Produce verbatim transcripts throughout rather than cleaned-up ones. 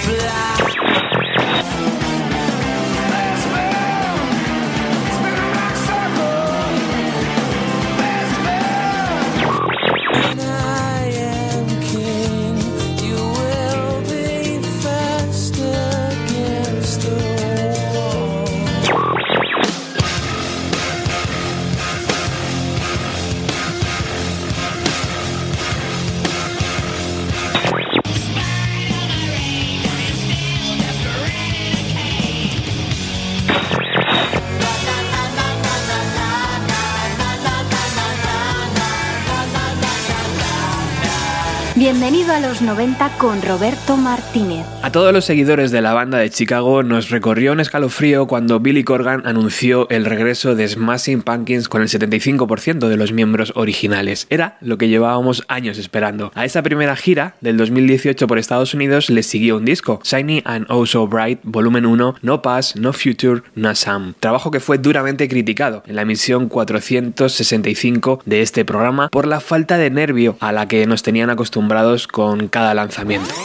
Bienvenido a los noventa con Roberto Martínez. A todos los seguidores de la banda de Chicago nos recorrió un escalofrío cuando Billy Corgan anunció el regreso de Smashing Pumpkins con el setenta y cinco por ciento de los miembros originales. Era lo que llevábamos años esperando. A esa primera gira del dos mil dieciocho por Estados Unidos les siguió un disco, Shiny and Oh So Bright, volumen uno, No Past, No Future, No Sam. Trabajo que fue duramente criticado en la emisión cuatrocientos sesenta y cinco de este programa por la falta de nervio a la que nos tenían acostumbrados con cada lanzamiento.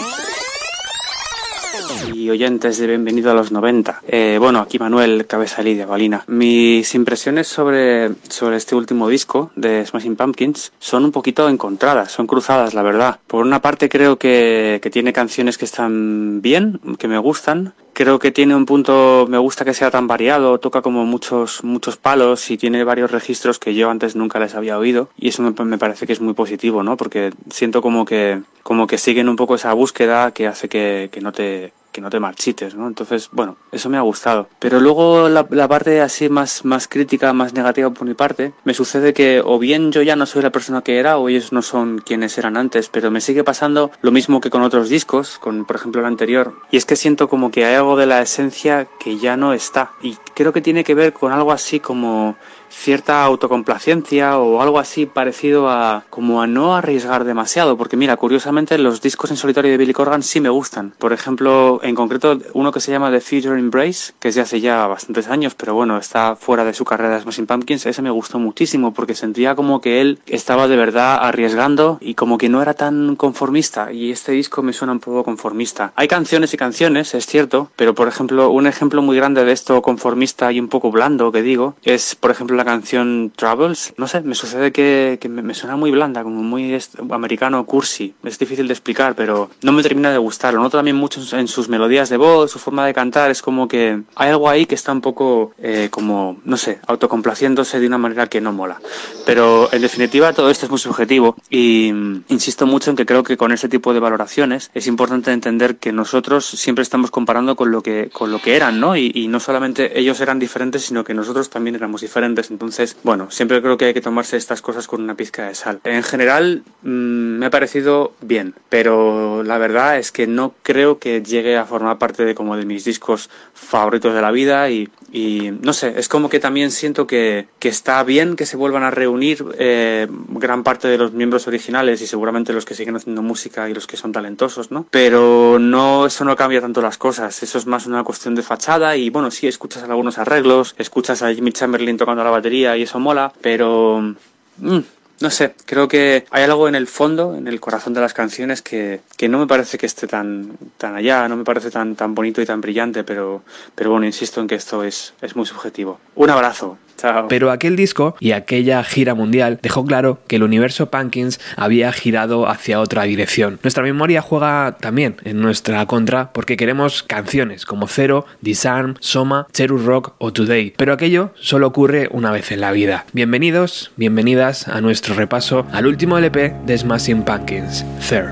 Y oyentes de Bienvenido a los noventa. Eh, bueno, aquí Manuel Cabeza Lidia Balina. Mis impresiones sobre, sobre este último disco de Smashing Pumpkins son un poquito encontradas, son cruzadas, la verdad. Por una parte creo que, que tiene canciones que están bien, que me gustan. Creo que tiene un punto, me gusta que sea tan variado, toca como muchos muchos palos y tiene varios registros que yo antes nunca les había oído, y eso me, me parece que es muy positivo, ¿no? Porque siento como que como que siguen un poco esa búsqueda que hace que, que no te que no te marchites, ¿no? Entonces, bueno, eso me ha gustado. Pero luego la, la parte así más, más crítica, más negativa por mi parte, me sucede que o bien yo ya no soy la persona que era o ellos no son quienes eran antes, pero me sigue pasando lo mismo que con otros discos, con por ejemplo el anterior, y es que siento como que hay algo de la esencia que ya no está, y creo que tiene que ver con algo así como cierta autocomplacencia o algo así parecido a como a no arriesgar demasiado, porque mira, curiosamente los discos en solitario de Billy Corgan sí me gustan. Por ejemplo, en concreto uno que se llama The Future Embrace, que es de hace ya bastantes años, pero bueno, está fuera de su carrera de Smashing Pumpkins. Ese me gustó muchísimo porque sentía como que él estaba de verdad arriesgando y como que no era tan conformista, y este disco me suena un poco conformista. Hay canciones y canciones, es cierto, pero por ejemplo un ejemplo muy grande de esto conformista y un poco blando que digo es por ejemplo la canción Troubles. No sé, me sucede que, que me, me suena muy blanda, como muy est- americano, cursi. Es difícil de explicar, pero no me termina de gustar. Lo noto también mucho en sus melodías de voz, su forma de cantar. Es como que hay algo ahí que está un poco eh, como, no sé, autocomplaciéndose de una manera que no mola. Pero en definitiva todo esto es muy subjetivo y mm, insisto mucho en que creo que con este tipo de valoraciones es importante entender que nosotros siempre estamos comparando con lo que, con lo que eran, ¿no? Y, y no solamente ellos eran diferentes, sino que nosotros también éramos diferentes. Entonces, bueno, siempre creo que hay que tomarse estas cosas con una pizca de sal. En general, mmm, me ha parecido bien, pero la verdad es que no creo que llegue a formar parte de como de mis discos favoritos de la vida y, y no sé, es como que también siento que, que está bien que se vuelvan a reunir eh, gran parte de los miembros originales y seguramente los que siguen haciendo música y los que son talentosos, ¿no? Pero no, eso no cambia tanto las cosas, eso es más una cuestión de fachada y bueno, sí, escuchas algunos arreglos, escuchas a Jimmy Chamberlain tocando la batería y eso mola, pero mmm, no sé, creo que hay algo en el fondo, en el corazón de las canciones que, que no me parece que esté tan, tan allá, no me parece tan, tan bonito y tan brillante, pero, pero bueno, insisto en que esto es, es muy subjetivo. Un abrazo. Chao. Pero aquel disco y aquella gira mundial dejó claro que el universo Pumpkins había girado hacia otra dirección. Nuestra memoria juega también en nuestra contra porque queremos canciones como Zero, Disarm, Soma, Cherub Rock o Today, pero aquello solo ocurre una vez en la vida. Bienvenidos, bienvenidas a nuestro repaso al último L P de Smashing Pumpkins, Zero.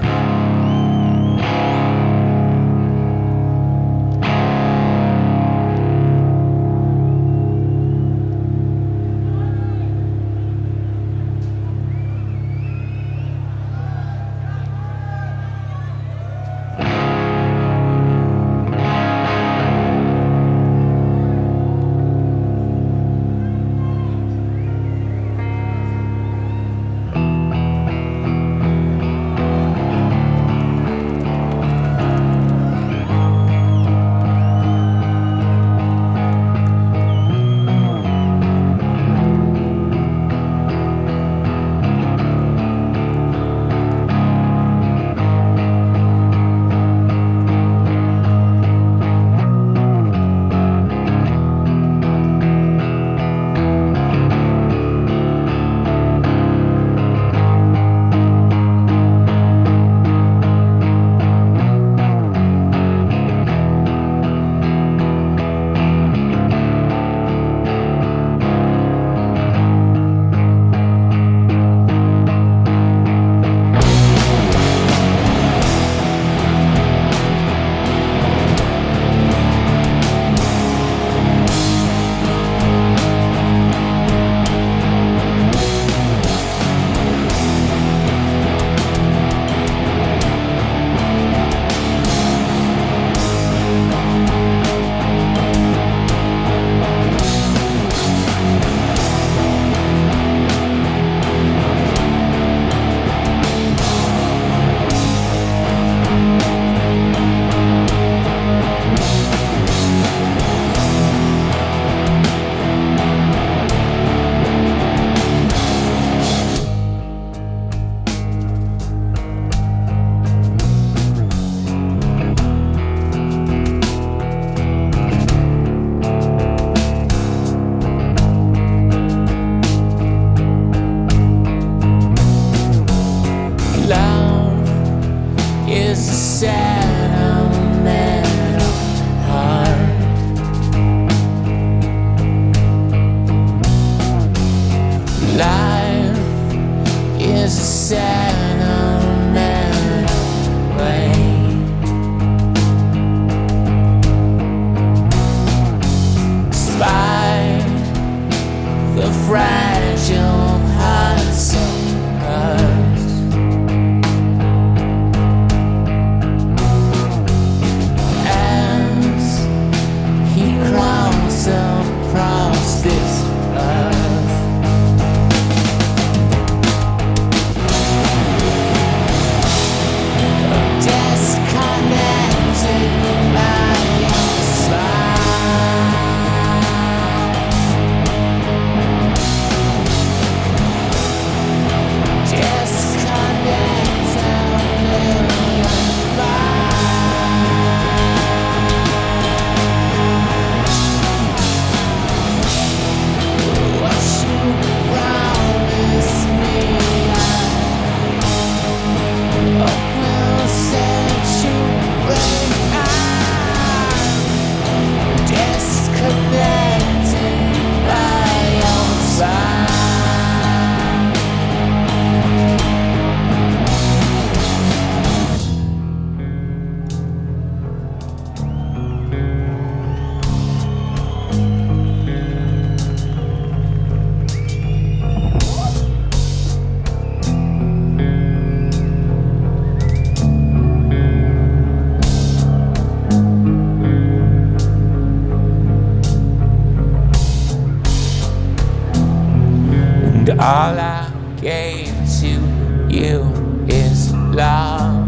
All I gave to you is love.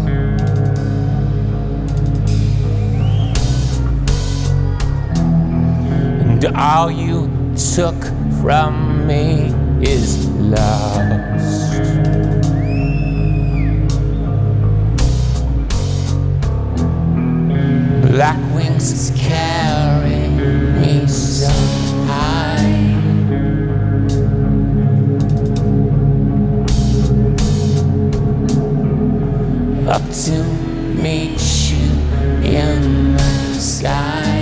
And all you took from me is lost. Black wings carry me so high. Up to meet you in the sky.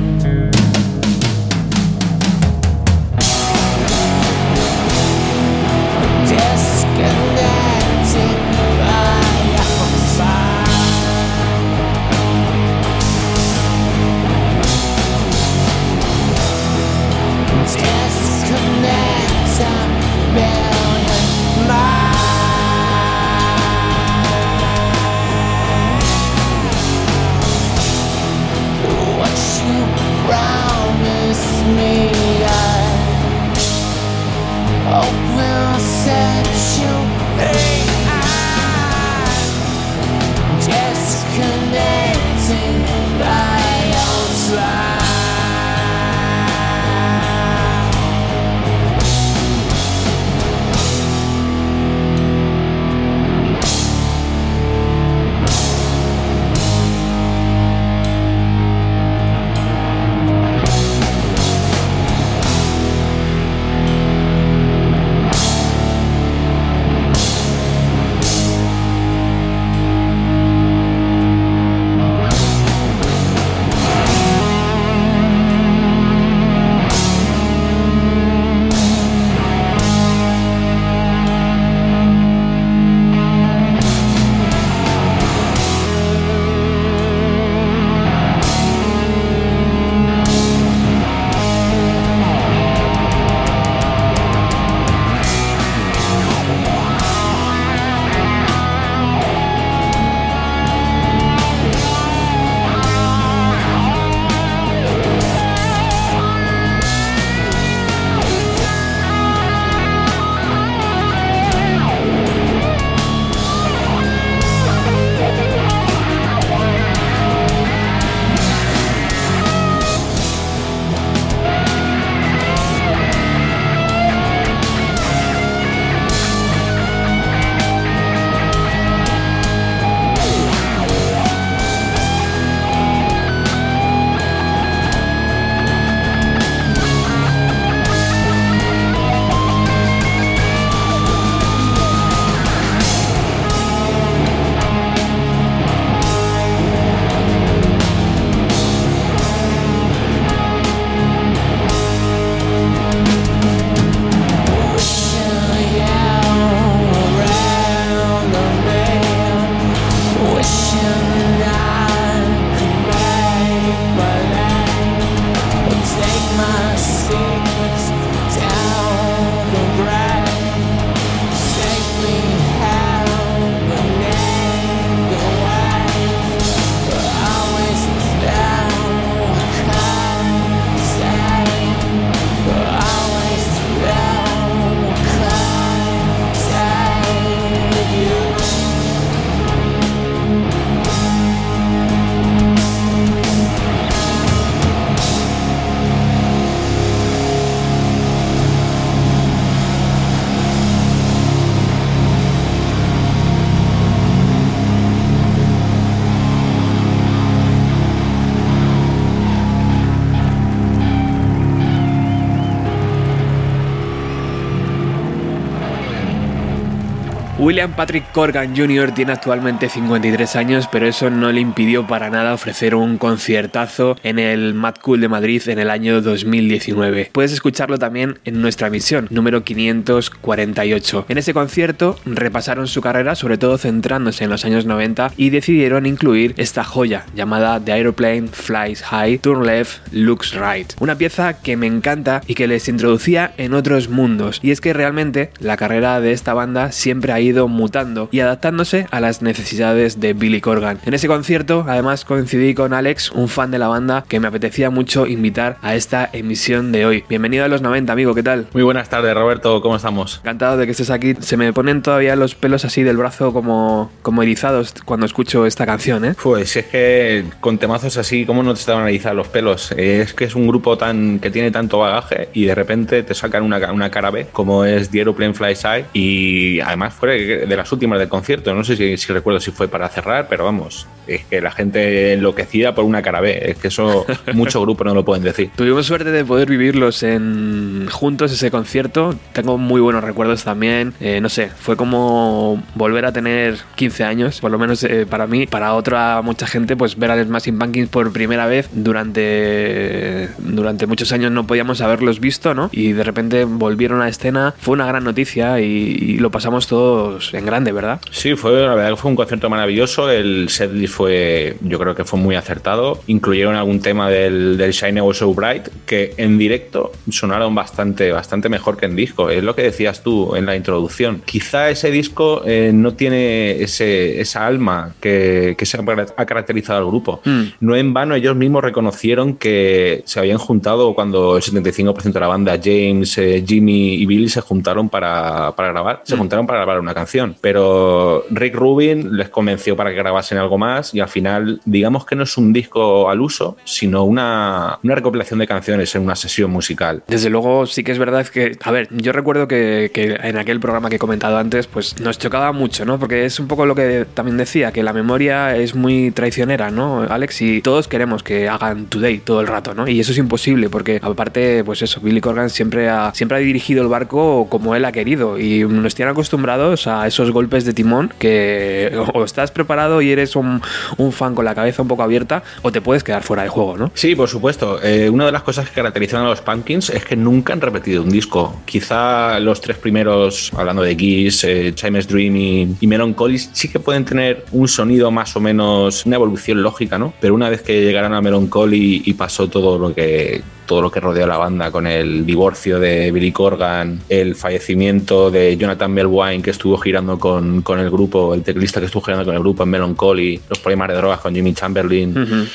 Disconnecting by outside. Disconnect a million miles. What you promised me, I hope will set you free. Disconnecting by outside. William Patrick Corgan junior tiene actualmente cincuenta y tres años, pero eso no le impidió para nada ofrecer un conciertazo en el Mad Cool de Madrid en el año dos mil diecinueve. Puedes escucharlo también en nuestra emisión, número quinientos cuarenta y ocho. En ese concierto repasaron su carrera, sobre todo centrándose en los años noventa, y decidieron incluir esta joya llamada The Aeroplane Flies High, Turn Left, Looks Right. Una pieza que me encanta y que les introducía en otros mundos, y es que realmente la carrera de esta banda siempre ha ido ido mutando y adaptándose a las necesidades de Billy Corgan. En ese concierto, además, coincidí con Alex, un fan de la banda que me apetecía mucho invitar a esta emisión de hoy. Bienvenido a los noventa, amigo, ¿qué tal? Muy buenas tardes, Roberto, ¿cómo estamos? Encantado de que estés aquí. Se me ponen todavía los pelos así del brazo como, como erizados cuando escucho esta canción, ¿eh? Pues es que con temazos así, ¿cómo no te estaban a erizar los pelos? Es que es un grupo tan que tiene tanto bagaje y de repente te sacan una, una cara B, como es The Aeroplane Flies High, y además fue de las últimas del concierto. No sé si, si recuerdo si fue para cerrar, pero vamos, es que la gente enloquecida por una cara B. Es que eso muchos grupos no lo pueden decir. Tuvimos suerte de poder vivirlos en juntos ese concierto. Tengo muy buenos recuerdos también. Eh, no sé, fue como volver a tener quince años, por lo menos eh, para mí. Para otra mucha gente, pues ver a Smashing Pumpkins por primera vez durante durante muchos años no podíamos haberlos visto, ¿no? Y de repente volvieron a la escena. Fue una gran noticia y, y lo pasamos todos en grande, ¿verdad? Sí, fue la verdad que fue un concierto maravilloso. El setlist fue, yo creo que fue muy acertado. Incluyeron algún tema del, del Shine Was So Bright que en directo sonaron bastante, bastante mejor que en disco. Es lo que decías tú en la introducción. Quizá ese disco eh, no tiene ese, esa alma que, que se ha caracterizado al grupo. Mm. No en vano ellos mismos reconocieron que se habían juntado cuando el setenta y cinco por ciento de la banda, James, eh, Jimmy y Billy, se juntaron para, para grabar. Se mm. juntaron para grabar una canción. Pero Rick Rubin les convenció para que grabasen algo más y al final, digamos que no es un disco al uso, sino una, una recopilación de canciones en una sesión musical. Desde luego sí que es verdad que, a ver, yo recuerdo que, que en aquel programa que he comentado antes, pues nos chocaba mucho, ¿no? Porque es un poco lo que también decía, que la memoria es muy traicionera, ¿no, Alex? Y todos queremos que hagan Today todo el rato, ¿no? Y eso es imposible porque aparte, pues eso, Billy Corgan siempre ha, siempre ha dirigido el barco como él ha querido y nos tienen acostumbrados a esos golpes de timón que o estás preparado y eres un, un fan con la cabeza un poco abierta o te puedes quedar fuera de juego, ¿no? Sí, por supuesto. Eh, una de las cosas que caracterizan a los Pumpkins es que nunca han repetido un disco. Quizá los tres primeros, hablando de Kiss, eh, Child's Dream y, y Melancholy, sí que pueden tener un sonido más o menos, una evolución lógica, ¿no? Pero una vez que llegaron a Melancholy y pasó todo lo que todo lo que rodeó a la banda con el divorcio de Billy Corgan, el fallecimiento de Jonathan Melvoin, que estuvo girando con, con el grupo, el teclista que estuvo girando con el grupo en Melancholy, los problemas de drogas con Jimmy Chamberlain. Uh-huh.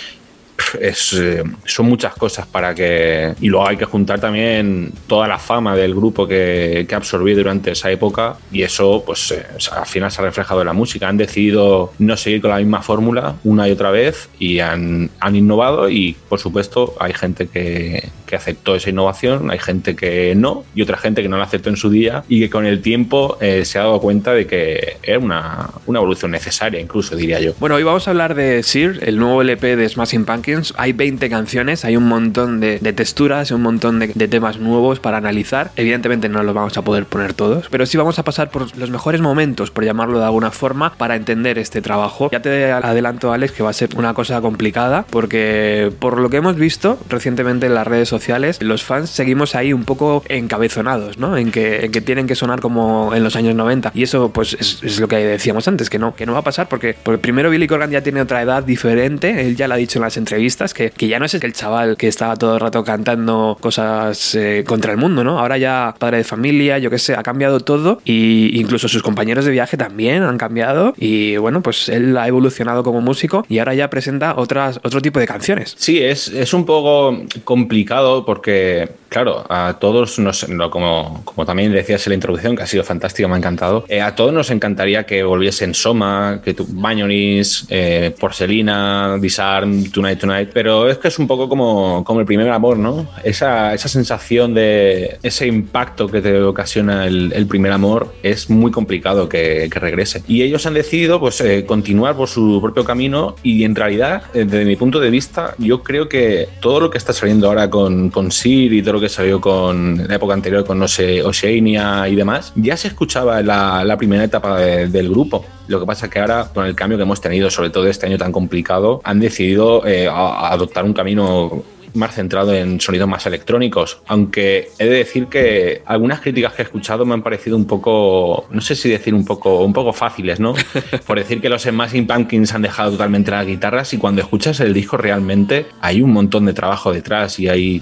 Es, eh, son muchas cosas para que... Y luego hay que juntar también toda la fama del grupo que, que ha absorbido durante esa época y eso pues eh, al final se ha reflejado en la música. Han decidido no seguir con la misma fórmula una y otra vez y han, han innovado y por supuesto hay gente que, que aceptó esa innovación, hay gente que no y otra gente que no la aceptó en su día y que con el tiempo eh, se ha dado cuenta de que era una, una evolución necesaria incluso, diría yo. Bueno, hoy vamos a hablar de Sear, el nuevo L P de Smashing Pumpkins. Hay veinte canciones, hay un montón de, de texturas, un montón de, de temas nuevos para analizar. Evidentemente no los vamos a poder poner todos, pero sí vamos a pasar por los mejores momentos, por llamarlo de alguna forma, para entender este trabajo. Ya te adelanto, Alex, que va a ser una cosa complicada, porque por lo que hemos visto recientemente en las redes sociales, los fans seguimos ahí un poco encabezonados, ¿no? En que, en que tienen que sonar como en los años noventa. Y eso, pues, es, es lo que decíamos antes, que no, que no va a pasar, porque, porque primero Billy Corgan ya tiene otra edad diferente, él ya lo ha dicho en las entrevistas, Que, que ya no es el chaval que estaba todo el rato cantando cosas eh, contra el mundo, ¿no? Ahora ya padre de familia, yo qué sé, ha cambiado todo y incluso sus compañeros de viaje también han cambiado y bueno, pues él ha evolucionado como músico y ahora ya presenta otras, otro tipo de canciones. Sí, es, es un poco complicado porque, claro, a todos nos, como, como también decías en la introducción, que ha sido fantástica, me ha encantado, eh, a todos nos encantaría que volviesen Soma, que tu, Banyonis, eh, Porcelina, Disarm, Tonight Tonight, pero es que es un poco como, como el primer amor, ¿no? Esa, esa sensación de ese impacto que te ocasiona el, el primer amor es muy complicado que, que regrese. Y ellos han decidido pues eh, continuar por su propio camino y en realidad, eh, desde mi punto de vista, yo creo que todo lo que está saliendo ahora con, con Sear y todo lo que salió con la época anterior con no sé, Oceania y demás, ya se escuchaba en la, la primera etapa de, del grupo. Lo que pasa es que ahora, con el cambio que hemos tenido, sobre todo este año tan complicado, han decidido eh, a, a adoptar un camino más centrado en sonidos más electrónicos, aunque he de decir que algunas críticas que he escuchado me han parecido un poco, no sé si decir un poco, un poco fáciles, ¿no? Por decir que los Smashing Pumpkins han dejado totalmente las guitarras y cuando escuchas el disco realmente hay un montón de trabajo detrás y hay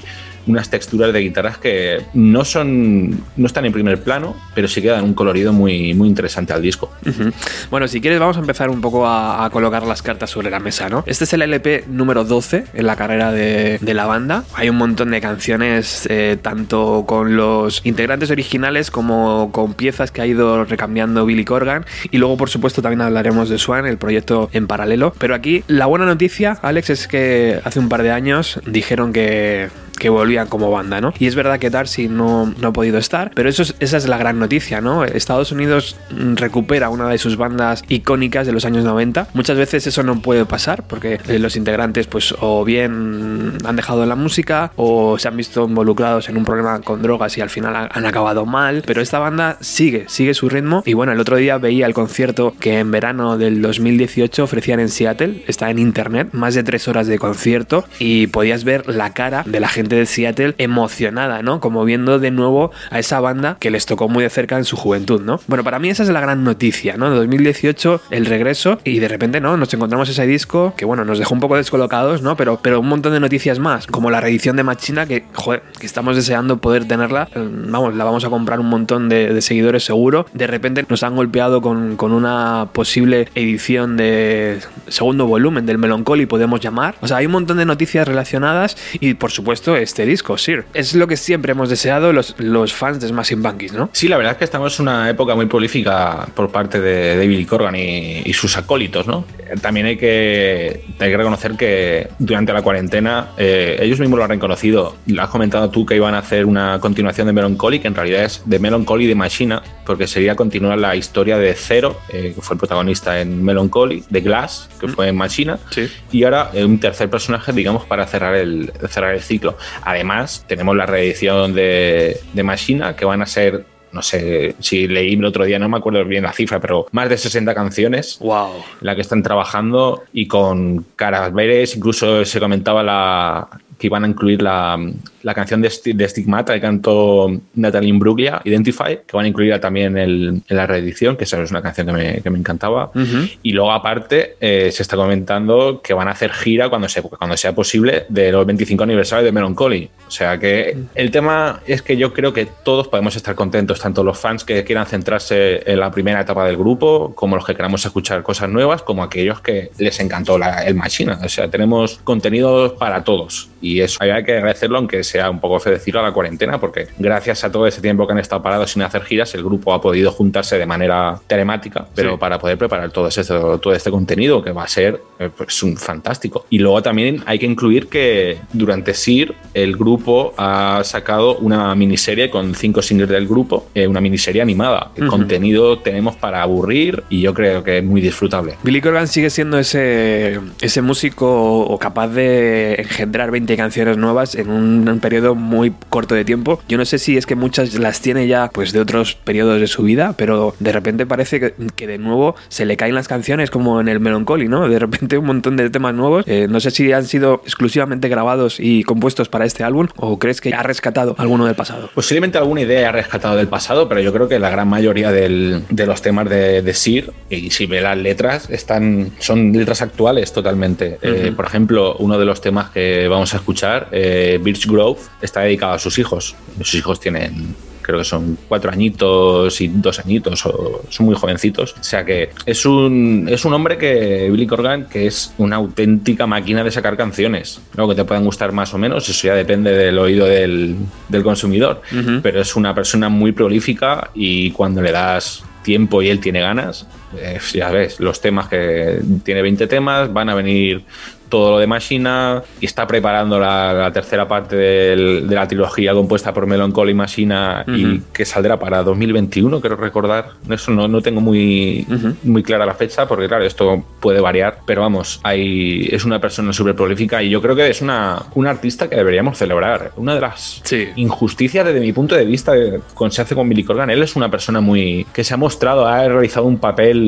unas texturas de guitarras que no son no están en primer plano, pero sí que dan un colorido muy, muy interesante al disco. Uh-huh. Bueno, si quieres vamos a empezar un poco a, a colocar las cartas sobre la mesa, ¿no? Este es el L P número doce en la carrera de, de la banda. Hay un montón de canciones, eh, tanto con los integrantes originales como con piezas que ha ido recambiando Billy Corgan, y luego por supuesto también hablaremos de Swan, el proyecto en paralelo. Pero aquí la buena noticia, Alex, es que hace un par de años dijeron que que volvían como banda, ¿no? Y es verdad que Darcy no, no ha podido estar, pero eso es, esa es la gran noticia, ¿no? Estados Unidos recupera una de sus bandas icónicas de los años noventa. Muchas veces eso no puede pasar porque los integrantes pues o bien han dejado la música o se han visto involucrados en un problema con drogas y al final han acabado mal, pero esta banda sigue, sigue su ritmo. Y bueno, el otro día veía el concierto que en verano del dos mil dieciocho ofrecían en Seattle, está en internet, más de tres horas de concierto, y podías ver la cara de la gente de Seattle emocionada, ¿no? Como viendo de nuevo a esa banda que les tocó muy de cerca en su juventud, ¿no? Bueno, para mí esa es la gran noticia, ¿no? De dos mil dieciocho, el regreso, y de repente, ¿no? Nos encontramos ese disco que, bueno, nos dejó un poco descolocados, ¿no? Pero, pero un montón de noticias más, como la reedición de Machina, que, joder, que estamos deseando poder tenerla. Vamos, la vamos a comprar un montón de, de seguidores seguro. De repente nos han golpeado con, con una posible edición de segundo volumen del Melancholy, podemos llamar. O sea, hay un montón de noticias relacionadas y, por supuesto, este disco, Sir. Es lo que siempre hemos deseado los, los fans de Smashing Pumpkins, ¿no? Sí, la verdad es que estamos en una época muy prolífica por parte de, de Billy Corgan y, y sus acólitos, ¿no? También hay que, hay que reconocer que durante la cuarentena eh, ellos mismos lo han reconocido. Lo has comentado tú que iban a hacer una continuación de Melancholy, que en realidad es de Melancholy de Machina, porque sería continuar la historia de Zero, eh, que fue el protagonista en Melancholy, de Glass, que mm. fue en Machina, sí. Y ahora eh, un tercer personaje, digamos, para cerrar el, cerrar el ciclo. Además, tenemos la reedición de, de Machina, que van a ser, no sé si leí el otro día, no me acuerdo bien la cifra, pero más de sesenta canciones. Wow. En la que están trabajando y con caras veres. Incluso se comentaba la que iban a incluir la, la canción de, de Stigmata que cantó Natalie Imbruglia, Identify, que van a incluir también el, en la reedición, que esa es una canción que me, que me encantaba. Uh-huh. Y luego, aparte, eh, se está comentando que van a hacer gira cuando, se, cuando sea posible de los veinticinco aniversarios de Melancholy. O sea que uh-huh. el tema es que yo creo que todos podemos estar contentos, tanto los fans que quieran centrarse en la primera etapa del grupo, como los que queramos escuchar cosas nuevas, como aquellos que les encantó la, el Machina. O sea, tenemos contenido para todos. Y eso hay que agradecerlo, aunque sea un poco fe decirlo, a la cuarentena, porque gracias a todo ese tiempo que han estado parados sin hacer giras, el grupo ha podido juntarse de manera telemática, pero sí. para poder preparar todo, ese, todo este contenido que va a ser pues, un fantástico. Y luego también hay que incluir que durante S I R el grupo ha sacado una miniserie con cinco singles del grupo, eh, una miniserie animada. El uh-huh. contenido tenemos para aburrir y yo creo que es muy disfrutable. Billy Corgan sigue siendo ese, ese músico o capaz de engendrar veinte canciones nuevas en un, un periodo muy corto de tiempo. Yo no sé si es que muchas las tiene ya pues de otros periodos de su vida, pero de repente parece que, que de nuevo se le caen las canciones como en el Melancholy, ¿no? De repente un montón de temas nuevos. Eh, no sé si han sido exclusivamente grabados y compuestos para este álbum o crees que ha rescatado alguno del pasado. Posiblemente alguna idea ha rescatado del pasado, pero yo creo que la gran mayoría del, de los temas de, de S I R, y si ve las letras, están, son letras actuales totalmente. Uh-huh. Eh, por ejemplo, uno de los temas que vamos a escuchar, eh, Birch Grove, está dedicado a sus hijos. Sus hijos tienen, creo que son cuatro añitos y dos añitos, o son muy jovencitos. O sea que es un, es un hombre que, Billy Corgan, que es una auténtica máquina de sacar canciones. Luego que te puedan gustar más o menos, eso ya depende del oído del, del consumidor. Uh-huh. Pero es una persona muy prolífica y cuando le das tiempo y él tiene ganas, eh, ya ves, los temas que tiene veinte temas, van a venir todo lo de Machina y está preparando la, la tercera parte del, de la trilogía compuesta por Melancholy, Machina uh-huh. y que saldrá para dos mil veintiuno, creo recordar. Eso no, no tengo muy, uh-huh. muy clara la fecha porque claro, esto puede variar, pero vamos, hay, es una persona súper prolífica y yo creo que es una, una artista que deberíamos celebrar. Una de las sí. injusticias desde mi punto de vista con se hace con Billy Corgan, él es una persona muy que se ha mostrado, ha realizado un papel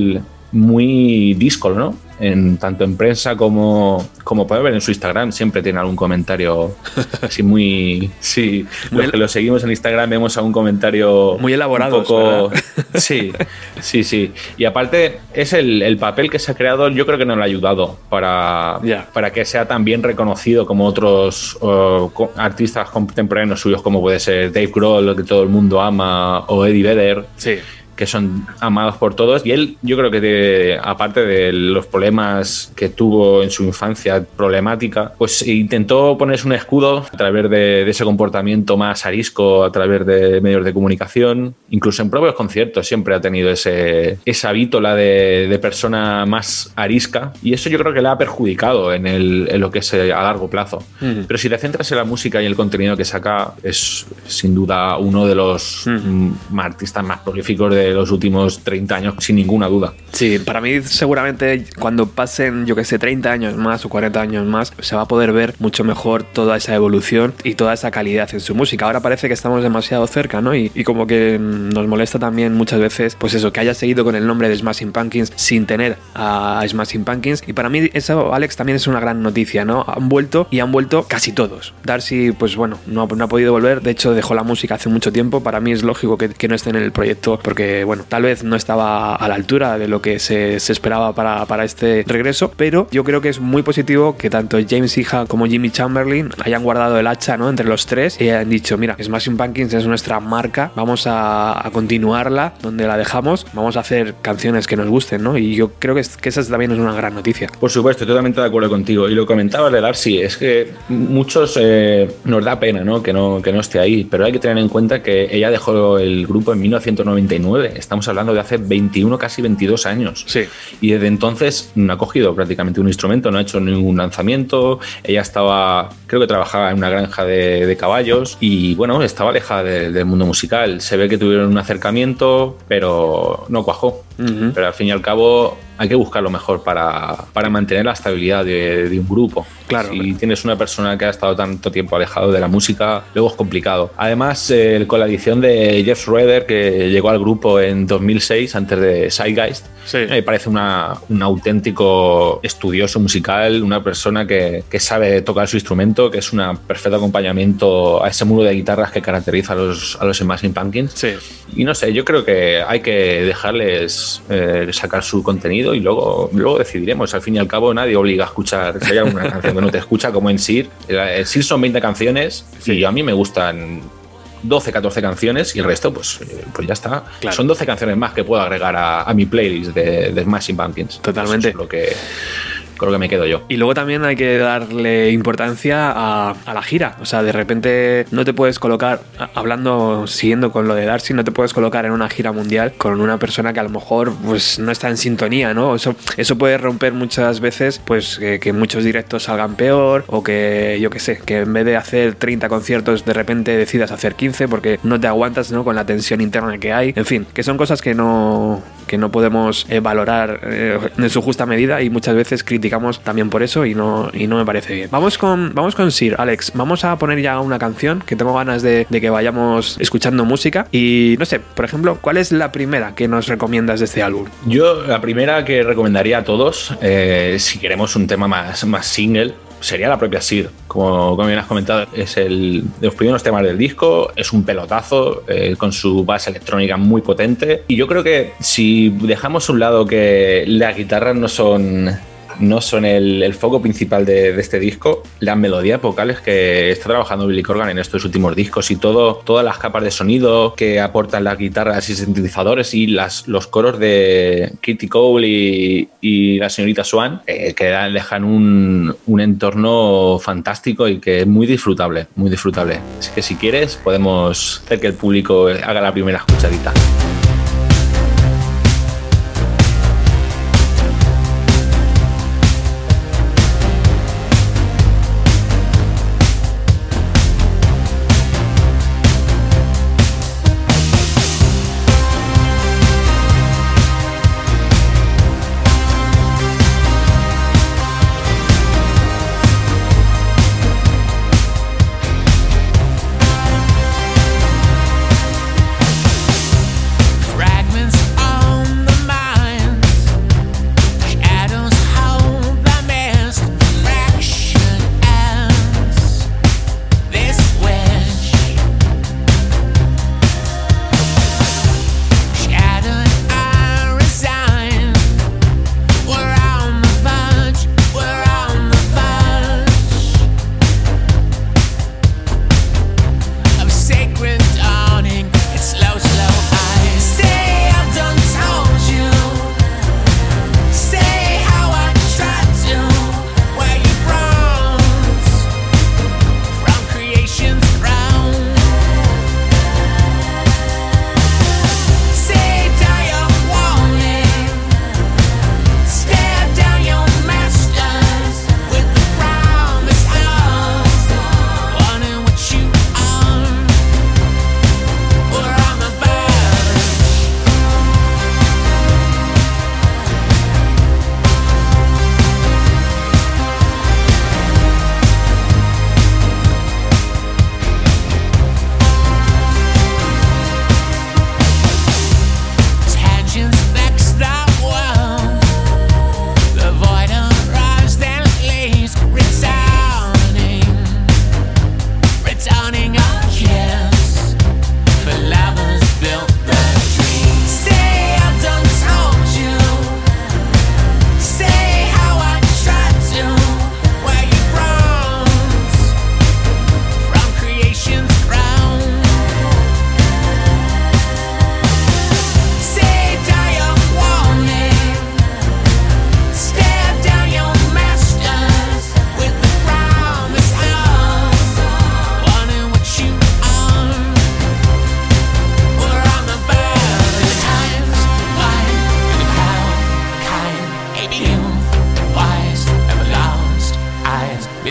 muy disco, ¿no? En, tanto en prensa como, como puede ver en su Instagram, siempre tiene algún comentario así muy... Sí, muy los que lo seguimos en Instagram vemos algún comentario... Muy elaborado. Un poco, sí, sí, sí. Y aparte es el, el papel que se ha creado, yo creo que nos lo ha ayudado para, yeah. para que sea tan bien reconocido como otros uh, artistas contemporáneos suyos, como puede ser Dave Grohl, que todo el mundo ama, o Eddie Vedder. Sí. Que son amados por todos, y él, yo creo que de, aparte de los problemas que tuvo en su infancia problemática, pues intentó ponerse un escudo a través de, de ese comportamiento más arisco, a través de medios de comunicación, incluso en propios conciertos siempre ha tenido ese, esa vítola de, de persona más arisca, y eso yo creo que le ha perjudicado en, el, en lo que es a largo plazo. Uh-huh. Pero si te centras en la música y el contenido que saca, es sin duda uno de los uh-huh. artistas más prolíficos de los últimos treinta años, sin ninguna duda. Sí, para mí seguramente cuando pasen, yo que sé, treinta años más o cuarenta años más, se va a poder ver mucho mejor toda esa evolución y toda esa calidad en su música. Ahora parece que estamos demasiado cerca, ¿no? Y, y como que nos molesta también muchas veces, pues eso, que haya seguido con el nombre de Smashing Pumpkins sin tener a Smashing Pumpkins. Y para mí eso, Alex, también es una gran noticia, ¿no? Han vuelto y han vuelto casi todos. Darcy, pues bueno, no, no ha podido volver. De hecho, dejó la música hace mucho tiempo. Para mí es lógico que, que no esté en el proyecto porque, bueno, tal vez no estaba a la altura de lo que se, se esperaba para, para este regreso, pero yo creo que es muy positivo que tanto James Iha como Jimmy Chamberlin hayan guardado el hacha, ¿no?, entre los tres y hayan dicho, mira, Smashing Pumpkins es nuestra marca, vamos a, a continuarla donde la dejamos, vamos a hacer canciones que nos gusten, ¿no? Y yo creo que, es, que esa también es una gran noticia. Por supuesto, totalmente de acuerdo contigo. Y lo comentabas de Darcy, es que muchos eh, nos da pena, ¿no?, que no, que no esté ahí, pero hay que tener en cuenta que ella dejó el grupo en mil novecientos noventa y nueve, estamos hablando de hace veintiuno, casi veintidós años. Sí. Y desde entonces no ha cogido prácticamente un instrumento, no ha hecho ningún lanzamiento. Ella estaba, creo que trabajaba en una granja de, de caballos y bueno, estaba alejada de, del mundo musical. Se ve que tuvieron un acercamiento, pero no cuajó. Uh-huh. Pero al fin y al cabo hay que buscar lo mejor para, para mantener la estabilidad de, de un grupo. Claro, si hombre. tienes una persona que ha estado tanto tiempo alejado de la música, luego es complicado. Además, eh, con la adición de Jeff Schroeder, que llegó al grupo en dos mil seis, antes de Zeitgeist, sí. me parece una, un auténtico estudioso musical, una persona que, que sabe tocar su instrumento, que es un perfecto acompañamiento a ese muro de guitarras que caracteriza a los, a los Smashing Pumpkins. Sí. Y no sé, yo creo que hay que dejarles eh, sacar su contenido y luego, luego decidiremos. Al fin y al cabo, nadie obliga a escuchar. Si hay alguna canción que no te escucha, como en Sir. En Sir son veinte canciones, sí. Y a mí me gustan doce, catorce canciones y el resto, pues, pues ya está. Claro. Son doce canciones más que puedo agregar a, a mi playlist de, de Smashing Pumpkins. Totalmente. Eso es lo que... creo que me quedo yo. Y luego también hay que darle importancia a, a la gira. O sea, de repente no te puedes colocar, hablando, siguiendo con lo de Darcy, no te puedes colocar en una gira mundial con una persona que a lo mejor pues no está en sintonía, ¿no? Eso, eso puede romper muchas veces pues que, que muchos directos salgan peor o que, yo qué sé, que en vez de hacer treinta conciertos de repente decidas hacer quince porque no te aguantas, ¿no?, con la tensión interna que hay. En fin, que son cosas que no, que no podemos eh, valorar eh, en su justa medida y muchas veces criticar también por eso y no, y no me parece bien. Vamos con, vamos con Sir, Alex. Vamos a poner ya una canción que tengo ganas de, de que vayamos escuchando música y no sé, por ejemplo, ¿cuál es la primera que nos recomiendas de este álbum? Yo la primera que recomendaría a todos, eh, si queremos un tema más, más single, sería la propia Sir. Como, como bien has comentado, es el de los primeros temas del disco, es un pelotazo eh, con su base electrónica muy potente y yo creo que si dejamos a un lado que las guitarras no son... no son el, el foco principal de, de este disco, las melodías vocales que está trabajando Billy Corgan en estos últimos discos y todo, todas las capas de sonido que aportan las guitarras y sintetizadores y las, los coros de Kitty Cole y, y la señorita Swan, eh, que dejan un, un entorno fantástico y que es muy disfrutable, muy disfrutable. Así que si quieres podemos hacer que el público haga la primera escuchadita.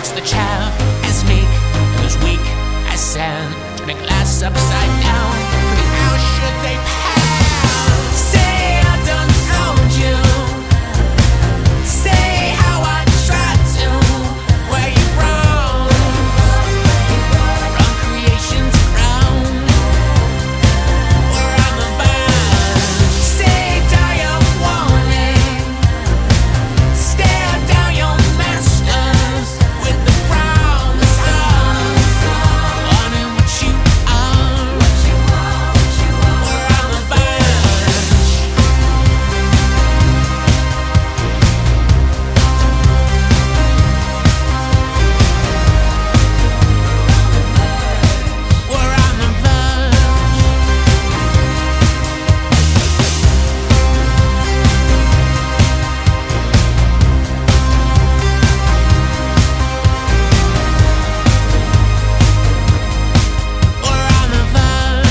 It's the chaff as meek and as weak as sand. Turn a glass upside down for the hours should they pass. Say I done told you. Say how I tried to. Where you from? From creation's crown. Where I'm about. Say die of warning. Stare down your masters with the frown, the sun. Learning what you are. Where I'm about. Where I'm about. Where I'm about.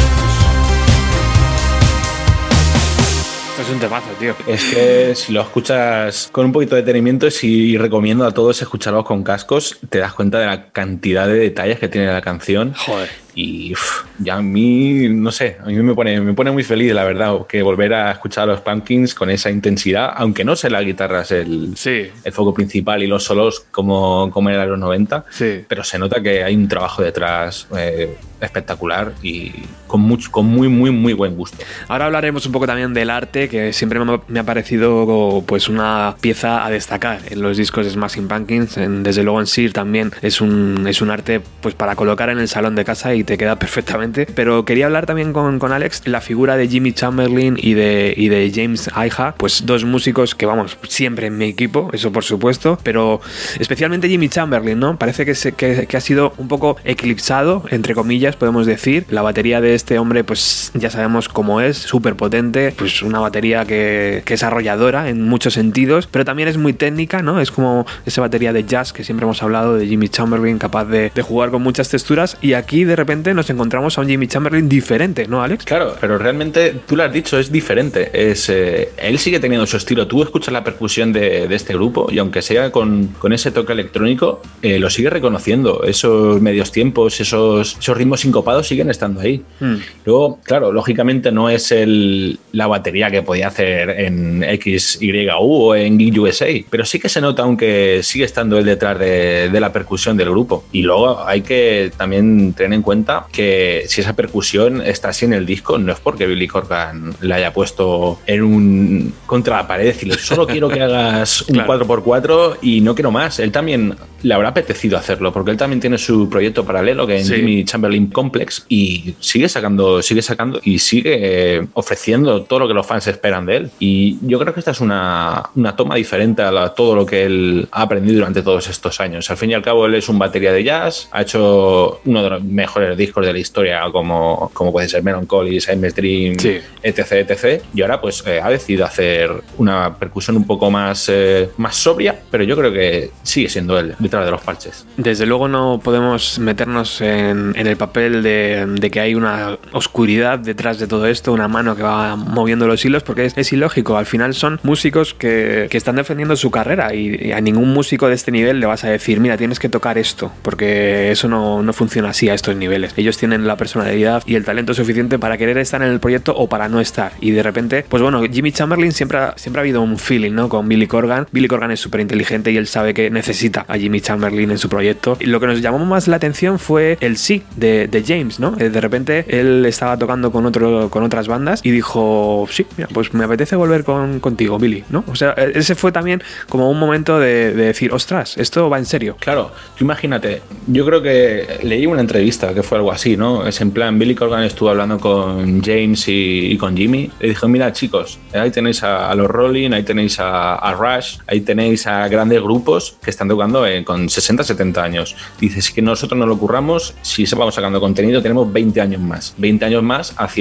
Esto es un temazo, tío. Es que si lo escuchas con un poquito de detenimiento y recomiendo a todos escucharlos con cascos, te das cuenta de la cantidad de detalles que tiene la canción. Joder. Y uf, ya a mí, no sé, a mí me pone, me pone muy feliz, la verdad, que volver a escuchar a los Pumpkins con esa intensidad, aunque no sé las guitarras el, Sí. el foco principal y los solos como, como era en los noventa, Sí. pero se nota que hay un trabajo detrás eh, espectacular y con, mucho, con muy, muy, muy buen gusto. Ahora hablaremos un poco también del arte, que siempre me ha- me ha parecido pues una pieza a destacar en los discos de Smashing Pumpkins. En- desde luego en Sir también es un, es un arte pues para colocar en el salón de casa y te queda perfectamente. Pero quería hablar también con, con Alex la figura de Jimmy Chamberlin y de, y de James Iha, pues dos músicos que vamos siempre en mi equipo, eso por supuesto, pero especialmente Jimmy Chamberlin, ¿no? Parece que, se, que, que ha sido un poco eclipsado, entre comillas, podemos decir. La batería de este hombre, pues ya sabemos cómo es, súper potente, pues una batería que, que es arrolladora en muchos sentidos, pero también es muy técnica, ¿no? Es como esa batería de jazz que siempre hemos hablado de Jimmy Chamberlin, capaz de, de jugar con muchas texturas, y aquí de repente nos encontramos a un Jimmy Chamberlin diferente, ¿no, Alex? Claro, pero realmente tú lo has dicho, es diferente. Es, eh, él sigue teniendo su estilo. Tú escuchas la percusión de, de este grupo y aunque sea con, con ese toque electrónico, eh, lo sigue reconociendo. Esos medios tiempos, esos, esos ritmos sincopados siguen estando ahí. Hmm. Luego, claro, lógicamente no es el, la batería que podía hacer en X Y U o en Gig U S A, pero sí que se nota, aunque sigue estando él detrás de, de la percusión del grupo. Y luego hay que también tener en cuenta que si esa percusión está así en el disco, no es porque Billy Corgan la haya puesto en un contra la pared y decirle, solo quiero que hagas un Claro. cuatro por cuatro y no quiero más. Él también le habrá apetecido hacerlo, porque él también tiene su proyecto paralelo, que es Sí. Jimmy Chamberlin Complex, y sigue sacando, sigue sacando y sigue eh, ofreciendo todo lo que los fans esperan de él. Y yo creo que esta es una, una toma diferente a la- todo lo que él ha aprendido durante todos estos años. Al fin y al cabo, él es un batería de jazz, ha hecho uno de los mejores discos de la historia, como, como puede ser Melancholy, Siamese Dream, Sí. etc, etcétera. Y ahora pues eh, ha decidido hacer una percusión un poco más, eh, más sobria, pero yo creo que sigue siendo él detrás de los parches. Desde luego no podemos meternos en, en el papel de, de que hay una oscuridad detrás de todo esto, una mano que va moviendo los hilos, porque es, es ilógico. Al final son músicos que, que están defendiendo su carrera y, y a ningún músico de este nivel le vas a decir, mira, tienes que tocar esto, porque eso no, no funciona así a estos niveles. Ellos tienen la personalidad y el talento suficiente para querer estar en el proyecto o para no estar. Y de repente, pues bueno, Jimmy Chamberlin siempre ha, siempre ha habido un feeling, ¿no? Con Billy Corgan. Billy Corgan es súper inteligente y él sabe que necesita a Jimmy Chamberlin en su proyecto. Y lo que nos llamó más la atención fue el sí de, de James, ¿no? Eh, De repente él estaba tocando con, otro, con otras bandas y dijo, sí, mira, pues me apetece volver con, contigo, Billy, ¿no? O sea, ese fue también como un momento de, de decir, ostras, esto va en serio. Claro, tú imagínate, yo creo que leí una entrevista que fue algo así, ¿no? Es en plan, Billy Corgan estuvo hablando con James y, y con Jimmy. Le dijo, mira chicos, ahí tenéis a, a los Rolling, ahí tenéis a, a Rush, ahí tenéis a grandes grupos que están tocando eh, con sesenta, setenta años. Dices, si que nosotros no lo curramos, si vamos sacando contenido, tenemos veinte años más. veinte años más haciendo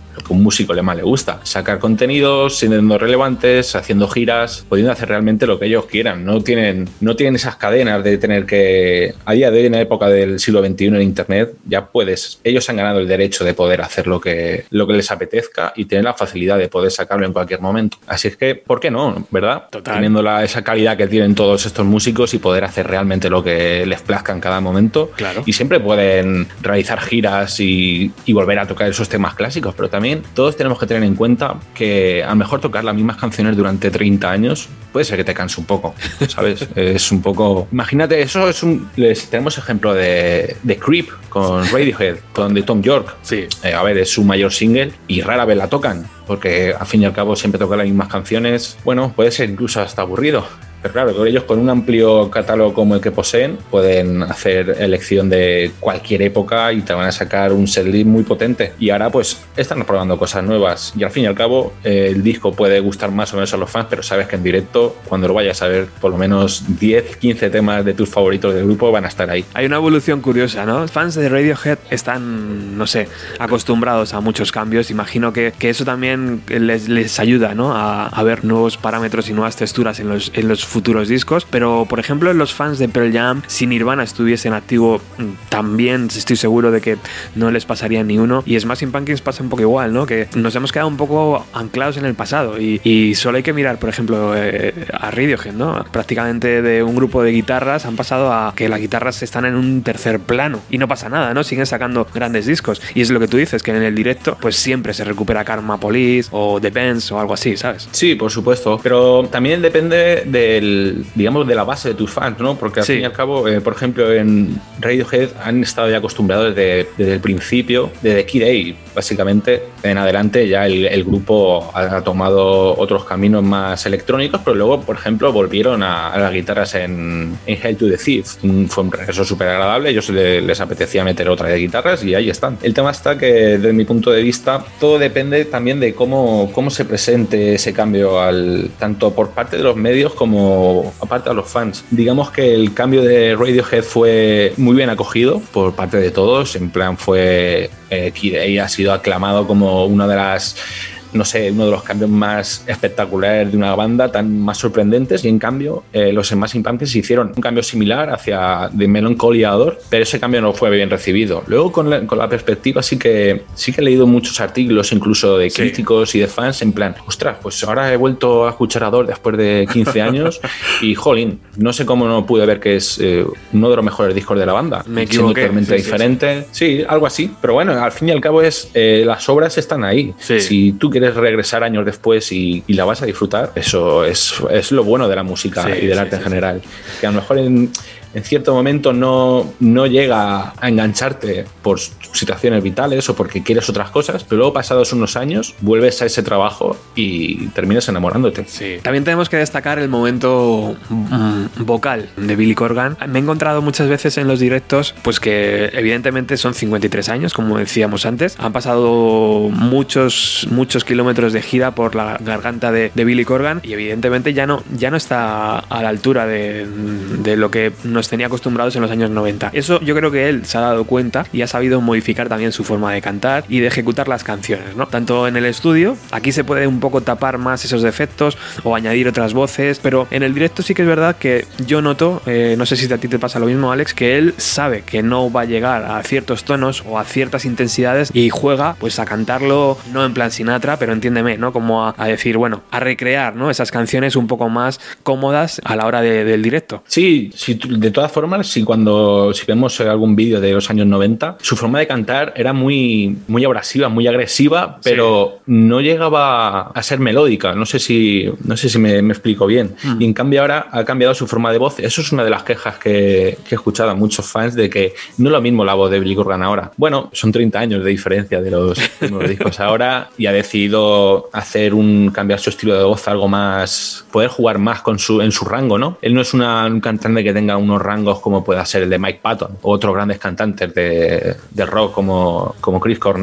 lo que a un músico le más le gusta, sacar contenidos, siendo relevantes, haciendo giras, pudiendo hacer realmente lo que ellos quieran. No tienen, no tienen esas cadenas de tener que, a día de hoy, en la época del siglo veintiuno en internet, ya puedes, ellos han ganado el derecho de poder hacer lo que, lo que les apetezca y tener la facilidad de poder sacarlo en cualquier momento. Así es que, ¿por qué no? ¿Verdad? Total. Teniendo la, esa calidad que tienen todos estos músicos y poder hacer realmente lo que les plazca en cada momento. Claro. Y siempre pueden realizar giras y, y volver a tocar esos temas clásicos, pero también todos tenemos que tener en cuenta que a lo mejor tocar las mismas canciones durante treinta años puede ser que te canse un poco, ¿sabes? Es un poco... Imagínate, eso es un... Les, tenemos ejemplo de, de Creep con Radiohead, con de Tom York. Sí. Eh, a ver, es su mayor single y rara vez la tocan, porque al fin y al cabo siempre tocan las mismas canciones. Bueno, puede ser incluso hasta aburrido. Pero claro, ellos con un amplio catálogo como el que poseen pueden hacer elección de cualquier época y te van a sacar un setlist muy potente. Y ahora pues están probando cosas nuevas y al fin y al cabo eh, el disco puede gustar más o menos a los fans, pero sabes que en directo, cuando lo vayas a ver, por lo menos diez, quince temas de tus favoritos del grupo van a estar ahí. Hay una evolución curiosa, ¿no? Fans de Radiohead están, no sé, acostumbrados a muchos cambios. Imagino que, que eso también les, les ayuda, ¿no? A, a ver nuevos parámetros y nuevas texturas en los, en los futuros discos, pero por ejemplo los fans de Pearl Jam, si Nirvana estuviese en activo, también estoy seguro de que no les pasaría ni uno. Y Smashing Pumpkins pasa un poco igual, ¿no? Que nos hemos quedado un poco anclados en el pasado y, y solo hay que mirar, por ejemplo, eh, a Radiohead, ¿no? Prácticamente de un grupo de guitarras han pasado a que las guitarras están en un tercer plano y no pasa nada, ¿no? Siguen sacando grandes discos y es lo que tú dices, que en el directo pues siempre se recupera Karma Police o The Bands o algo así, ¿sabes? Sí, por supuesto, pero también depende del, digamos, de la base de tus fans, ¿no? Porque al sí. fin y al cabo, eh, por ejemplo, en Radiohead han estado ya acostumbrados desde, desde el principio, desde Kid A, básicamente, en adelante ya el, el grupo ha, ha tomado otros caminos más electrónicos, pero luego, por ejemplo, volvieron a, a las guitarras en, en Hail to the Thief. Fue un regreso súper agradable, ellos les, les apetecía meter otra de guitarras y ahí están. El tema está que, desde mi punto de vista, todo depende también de cómo, cómo se presente ese cambio, al, tanto por parte de los medios como aparte a los fans. Digamos que el cambio de Radiohead fue muy bien acogido por parte de todos, en plan fue eh, Kid A ha sido aclamado como una de las, no sé, uno de los cambios más espectaculares de una banda, tan más sorprendentes, y en cambio eh, los Smashing Pumpkins hicieron un cambio similar hacia The Melancholy Adore, pero ese cambio no fue bien recibido. Luego con la, con la perspectiva sí que sí que he leído muchos artículos, incluso de sí. críticos y de fans, en plan, ostras, pues ahora he vuelto a escuchar Adore después de quince años y jolín, no sé cómo no pude ver que es eh, uno de los mejores discos de la banda. Me siendo equivoqué. totalmente sí, diferente. Sí, sí. sí, algo así, pero bueno, al fin y al cabo es eh, las obras están ahí. Sí. Si tú quieres regresar años después y, y la vas a disfrutar, eso es, es lo bueno de la música sí, y del sí, arte sí, en general, que a lo mejor en, en cierto momento no, no llega a engancharte por situaciones vitales o porque quieres otras cosas, pero luego pasados unos años vuelves a ese trabajo y terminas enamorándote. Sí. También tenemos que destacar el momento mm, vocal de Billy Corgan. Me he encontrado muchas veces en los directos pues que evidentemente son cincuenta y tres años, como decíamos antes. Han pasado muchos muchos kilómetros de gira por la garganta de, de Billy Corgan y evidentemente ya no, ya no está a la altura de, de lo que nos tenía acostumbrados en los años noventa. Eso yo creo que él se ha dado cuenta y ha sabido modificar también su forma de cantar y de ejecutar las canciones, ¿no? Tanto en el estudio, aquí se puede un poco tapar más esos defectos o añadir otras voces, pero en el directo sí que es verdad que yo noto, eh, no sé si a ti te pasa lo mismo, Alex, que él sabe que no va a llegar a ciertos tonos o a ciertas intensidades y juega pues a cantarlo no en plan Sinatra, pero entiéndeme, ¿no? Como a, a decir, bueno, a recrear, ¿no? Esas canciones un poco más cómodas a la hora de, del directo. Sí, sí, de todas formas, si cuando si vemos algún vídeo de los años noventa, su forma de cantar era muy, muy abrasiva, muy agresiva, pero sí. no llegaba a ser melódica. No sé si, no sé si me, me explico bien. Mm. Y en cambio ahora ha cambiado su forma de voz. Eso es una de las quejas que, que he escuchado a muchos fans, de que no es lo mismo la voz de Billy Corgan ahora. Bueno, son treinta años de diferencia de los nuevos discos ahora y ha decidido hacer un cambiar su estilo de voz, algo más, poder jugar más con su, en su rango, ¿no? Él no es una, un cantante que tenga unos rangos como pueda ser el de Mike Patton o otros grandes cantantes de, de rock como, como Chris Cornell.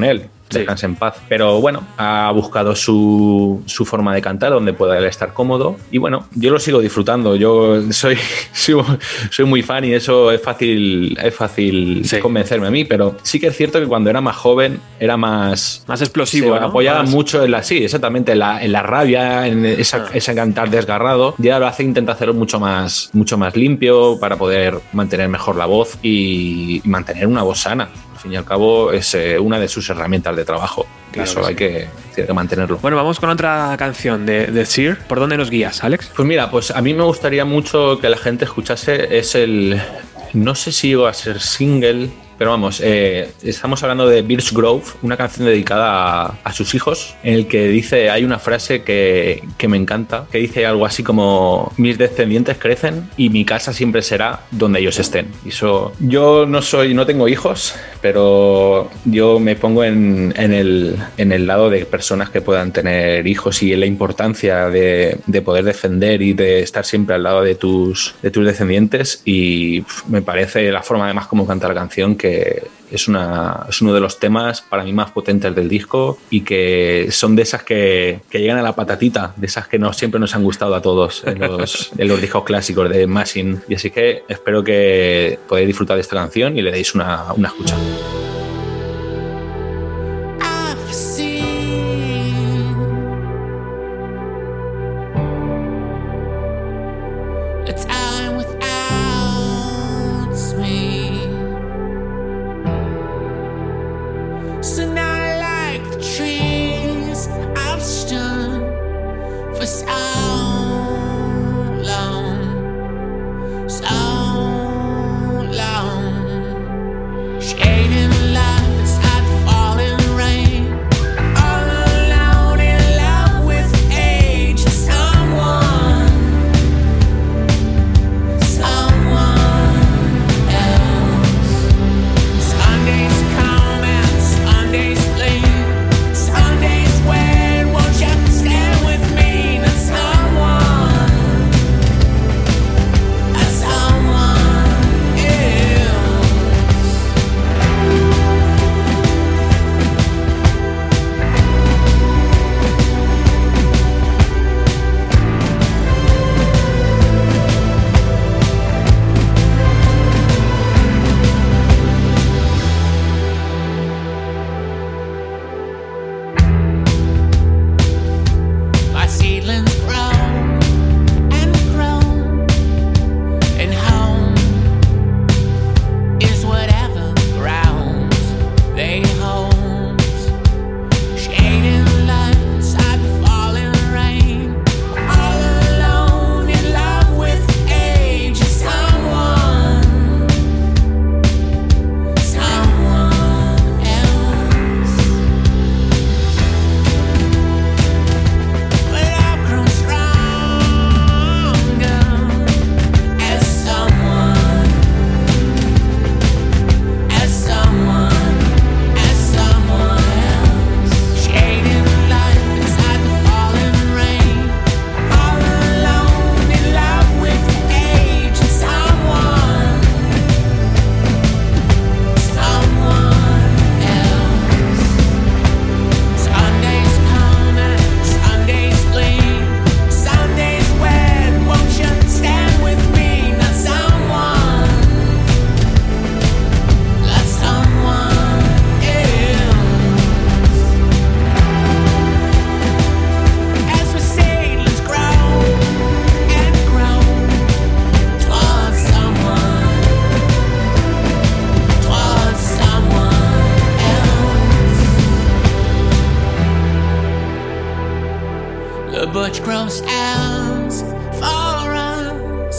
Sí. descanse en paz. Pero bueno, ha buscado su, su forma de cantar donde pueda él estar cómodo y bueno, yo lo sigo disfrutando. Yo soy, soy, soy muy fan y eso es fácil, es fácil Sí. convencerme a mí, pero sí que es cierto que cuando era más joven era más... Más explosivo, se ¿no? apoyaba Más- mucho en la... Sí, exactamente, en la, en la rabia, en esa, Ah. ese cantar desgarrado. Y ahora lo hace, intenta hacerlo mucho más, mucho más limpio para poder mantener mejor la voz y mantener una voz sana. Al fin y al cabo es eh, una de sus herramientas de trabajo. Claro Eso que hay, sí. que, tiene que mantenerlo. Bueno, vamos con otra canción de, de Sir. ¿Por dónde nos guías, Alex? Pues mira, pues a mí me gustaría mucho que la gente escuchase, es el... No sé si iba a ser single, pero vamos, eh, estamos hablando de Birch Grove, una canción dedicada a, a sus hijos, en el que dice, hay una frase que, que me encanta, que dice algo así como, mis descendientes crecen y mi casa siempre será donde ellos estén. Y eso, yo no soy, no tengo hijos, pero yo me pongo en, en, el, en el lado de personas que puedan tener hijos y en la importancia de, de poder defender y de estar siempre al lado de tus, de tus descendientes y pf, me parece la forma además como canta la canción que es, una, es uno de los temas para mí más potentes del disco y que son de esas que, que llegan a la patatita, de esas que no, siempre nos han gustado a todos en los, en los discos clásicos de Machine. Y así que espero que podáis disfrutar de esta canción y le deis una, una escucha. I've seen a time without me. So now, like the trees, I've stood for so long, so long, shading light inside the falling rain, all alone in love with age. Someone, someone else. Sundays come and Sundays leave. Sundays when won't you stand with me? And someone, and someone else. My seedlings grow and grow, and home is whatever grounds they hold. Shading light inside the falling rain, all alone in love with age. Someone, someone else. But I've grown stronger as someone, as someone, as someone else. Shading light inside the falling rain, all alone in love with age. Someone, someone else. Sundays come and Sundays leave. Sundays when won't you stand with me? Not someone, not someone else. As the seedlings grow and grow towards someone, towards someone else. The butch grows stands for us.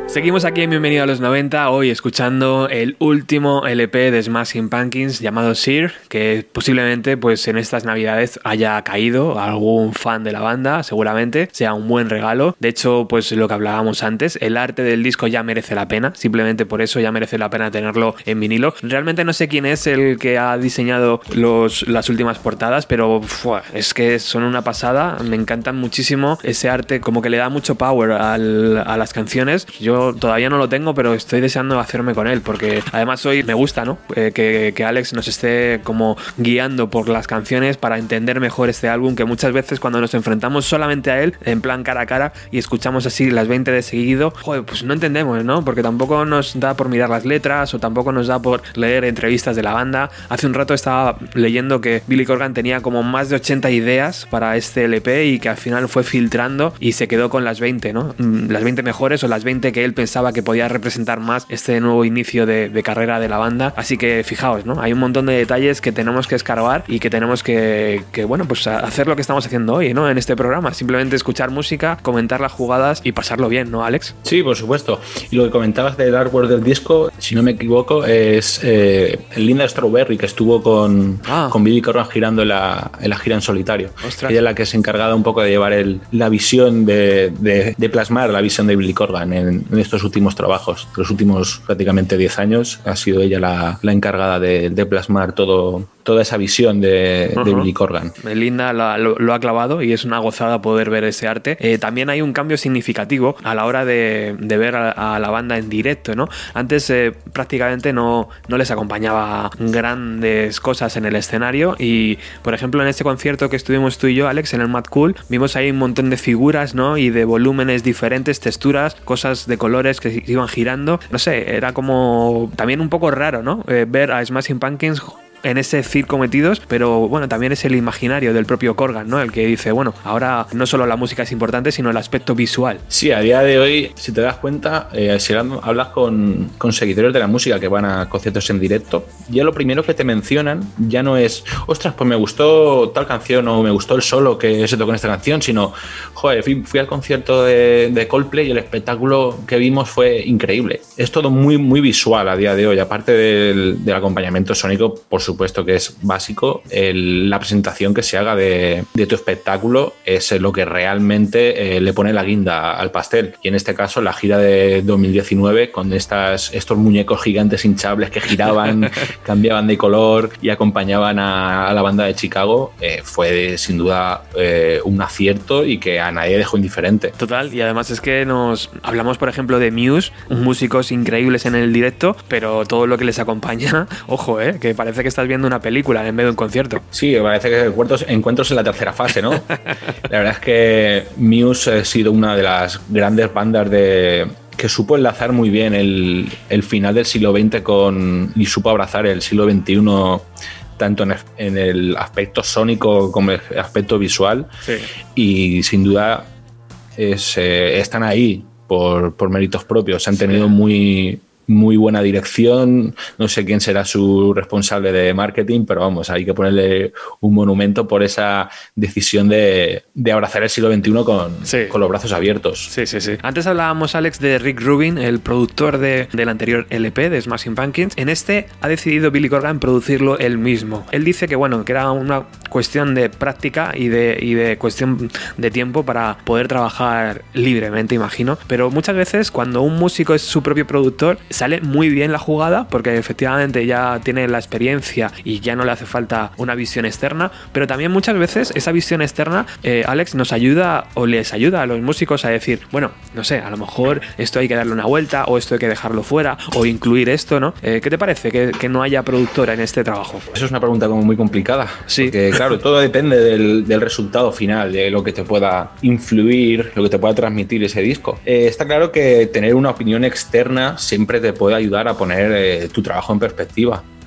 Seguimos aquí en Bienvenido a los noventa, hoy escuchando el último L P de Smashing Pumpkins llamado Sear, que posiblemente pues en estas navidades haya caído a algún fan de la banda, seguramente sea un buen regalo. De hecho, pues lo que hablábamos antes, el arte del disco ya merece la pena, simplemente por eso ya merece la pena tenerlo en vinilo. Realmente no sé quién es el que ha diseñado los, las últimas portadas, pero ¡fua! Es que son una pasada, me encantan muchísimo ese arte, como que le da mucho power al, a las canciones. Yo todavía no lo tengo, pero estoy deseando hacerme con él, porque además hoy me gusta, ¿no? Eh, que, que Alex nos esté como guiando por las canciones para entender mejor este álbum, que muchas veces cuando nos enfrentamos solamente a él, en plan cara a cara, y escuchamos así las veinte de seguido, joder, pues no entendemos, ¿no? Porque tampoco nos da por mirar las letras, o tampoco nos da por leer entrevistas de la banda. Hace un rato estaba leyendo que Billy Corgan tenía como más de ochenta ideas para este L P y que al final fue filtrando y se quedó con las veinte, ¿no? Las veinte mejores o las veinte que él pensaba que podía representar más este nuevo inicio de, de carrera de la banda. Así que fijaos, ¿no? Hay un montón de detalles que tenemos que escarbar y que tenemos que, que bueno, pues hacer lo que estamos haciendo hoy, ¿no? En este programa, simplemente escuchar música, comentar las jugadas y pasarlo bien, ¿no, Alex? Sí, por supuesto. Y lo que comentabas del artwork del disco, si no me equivoco, es eh, Linda Strawberry, que estuvo con, ah. con Billy Corgan girando en la, en la gira en solitario. Ostras. Ella es la que se encargada un poco de llevar el, la visión, de, de, de plasmar la visión de Billy Corgan en, en estos últimos trabajos. Los últimos prácticamente diez años ha sido ella la, la encargada de, de plasmar todo, toda esa visión de, uh-huh. de Billy Corgan. Linda lo, lo, lo ha clavado y es una gozada poder ver ese arte. Eh, también hay un cambio significativo a la hora de, de ver a, a la banda en directo, ¿no? Antes eh, prácticamente no, no les acompañaba grandes cosas en el escenario y, por ejemplo, en este concierto que estuvimos tú y yo, Alex, en el Mad Cool, vimos ahí un montón de figuras, ¿no? Y de volúmenes diferentes, texturas, cosas de colores que iban girando. No sé, era como también un poco raro, ¿no? Eh, ver a Smashing Pumpkins en ese circo metidos, pero bueno, también es el imaginario del propio Corgan, ¿no? El que dice, bueno, ahora no solo la música es importante, sino el aspecto visual. Sí, a día de hoy, si te das cuenta, eh, si hablas con, con seguidores de la música que van a conciertos en directo, ya lo primero que te mencionan ya no es, ostras, pues me gustó tal canción o me gustó el solo que se tocó en esta canción, sino, joder, fui, fui al concierto de, de Coldplay y el espectáculo que vimos fue increíble. Es todo muy, muy visual a día de hoy, aparte del, del acompañamiento sónico, por supuesto que es básico, el, la presentación que se haga de, de tu espectáculo es lo que realmente eh, le pone la guinda al pastel. Y en este caso la gira de dos mil diecinueve con estas, estos muñecos gigantes hinchables que giraban, cambiaban de color y acompañaban a, a la banda de Chicago, eh, fue sin duda eh, un acierto y que a nadie dejó indiferente. Total, y además es que nos hablamos, por ejemplo, de Muse, músicos increíbles en el directo, pero todo lo que les acompaña, ojo, eh, que parece que estás viendo una película en vez de un concierto. Sí, parece que encuentros, encuentros en la tercera fase, ¿no? La verdad es que Muse ha sido una de las grandes bandas de que supo enlazar muy bien el, el final del siglo veinte con y supo abrazar el siglo veintiuno tanto en el, en el aspecto sónico como el aspecto visual. Sí. Y sin duda es, eh, están ahí por, por méritos propios. Han tenido sí. muy... muy buena dirección, no sé quién será su responsable de marketing, pero vamos, hay que ponerle un monumento por esa decisión de, de abrazar el siglo veintiuno con, sí. con los brazos abiertos. Sí, sí, sí. Antes hablábamos, Alex, de Rick Rubin, el productor de, del anterior L P de Smashing Pumpkins. En este ha decidido Billy Corgan producirlo él mismo. Él dice que, bueno, que era una cuestión de práctica y de, y de cuestión de tiempo para poder trabajar libremente, imagino, pero muchas veces cuando un músico es su propio productor, sale muy bien la jugada porque efectivamente ya tiene la experiencia y ya no le hace falta una visión externa, pero también muchas veces esa visión externa, eh, Alex, nos ayuda o les ayuda a los músicos a decir, bueno, no sé, a lo mejor esto hay que darle una vuelta o esto hay que dejarlo fuera o incluir esto, ¿no? Eh, ¿Qué te parece que, que no haya productora en este trabajo? Eso es una pregunta como muy complicada. Sí. Porque claro, todo depende del, del resultado final, de lo que te pueda influir, lo que te pueda transmitir ese disco. Eh, está claro que tener una opinión externa siempre te puede ayudar a poner eh, tu trabajo en perspectiva.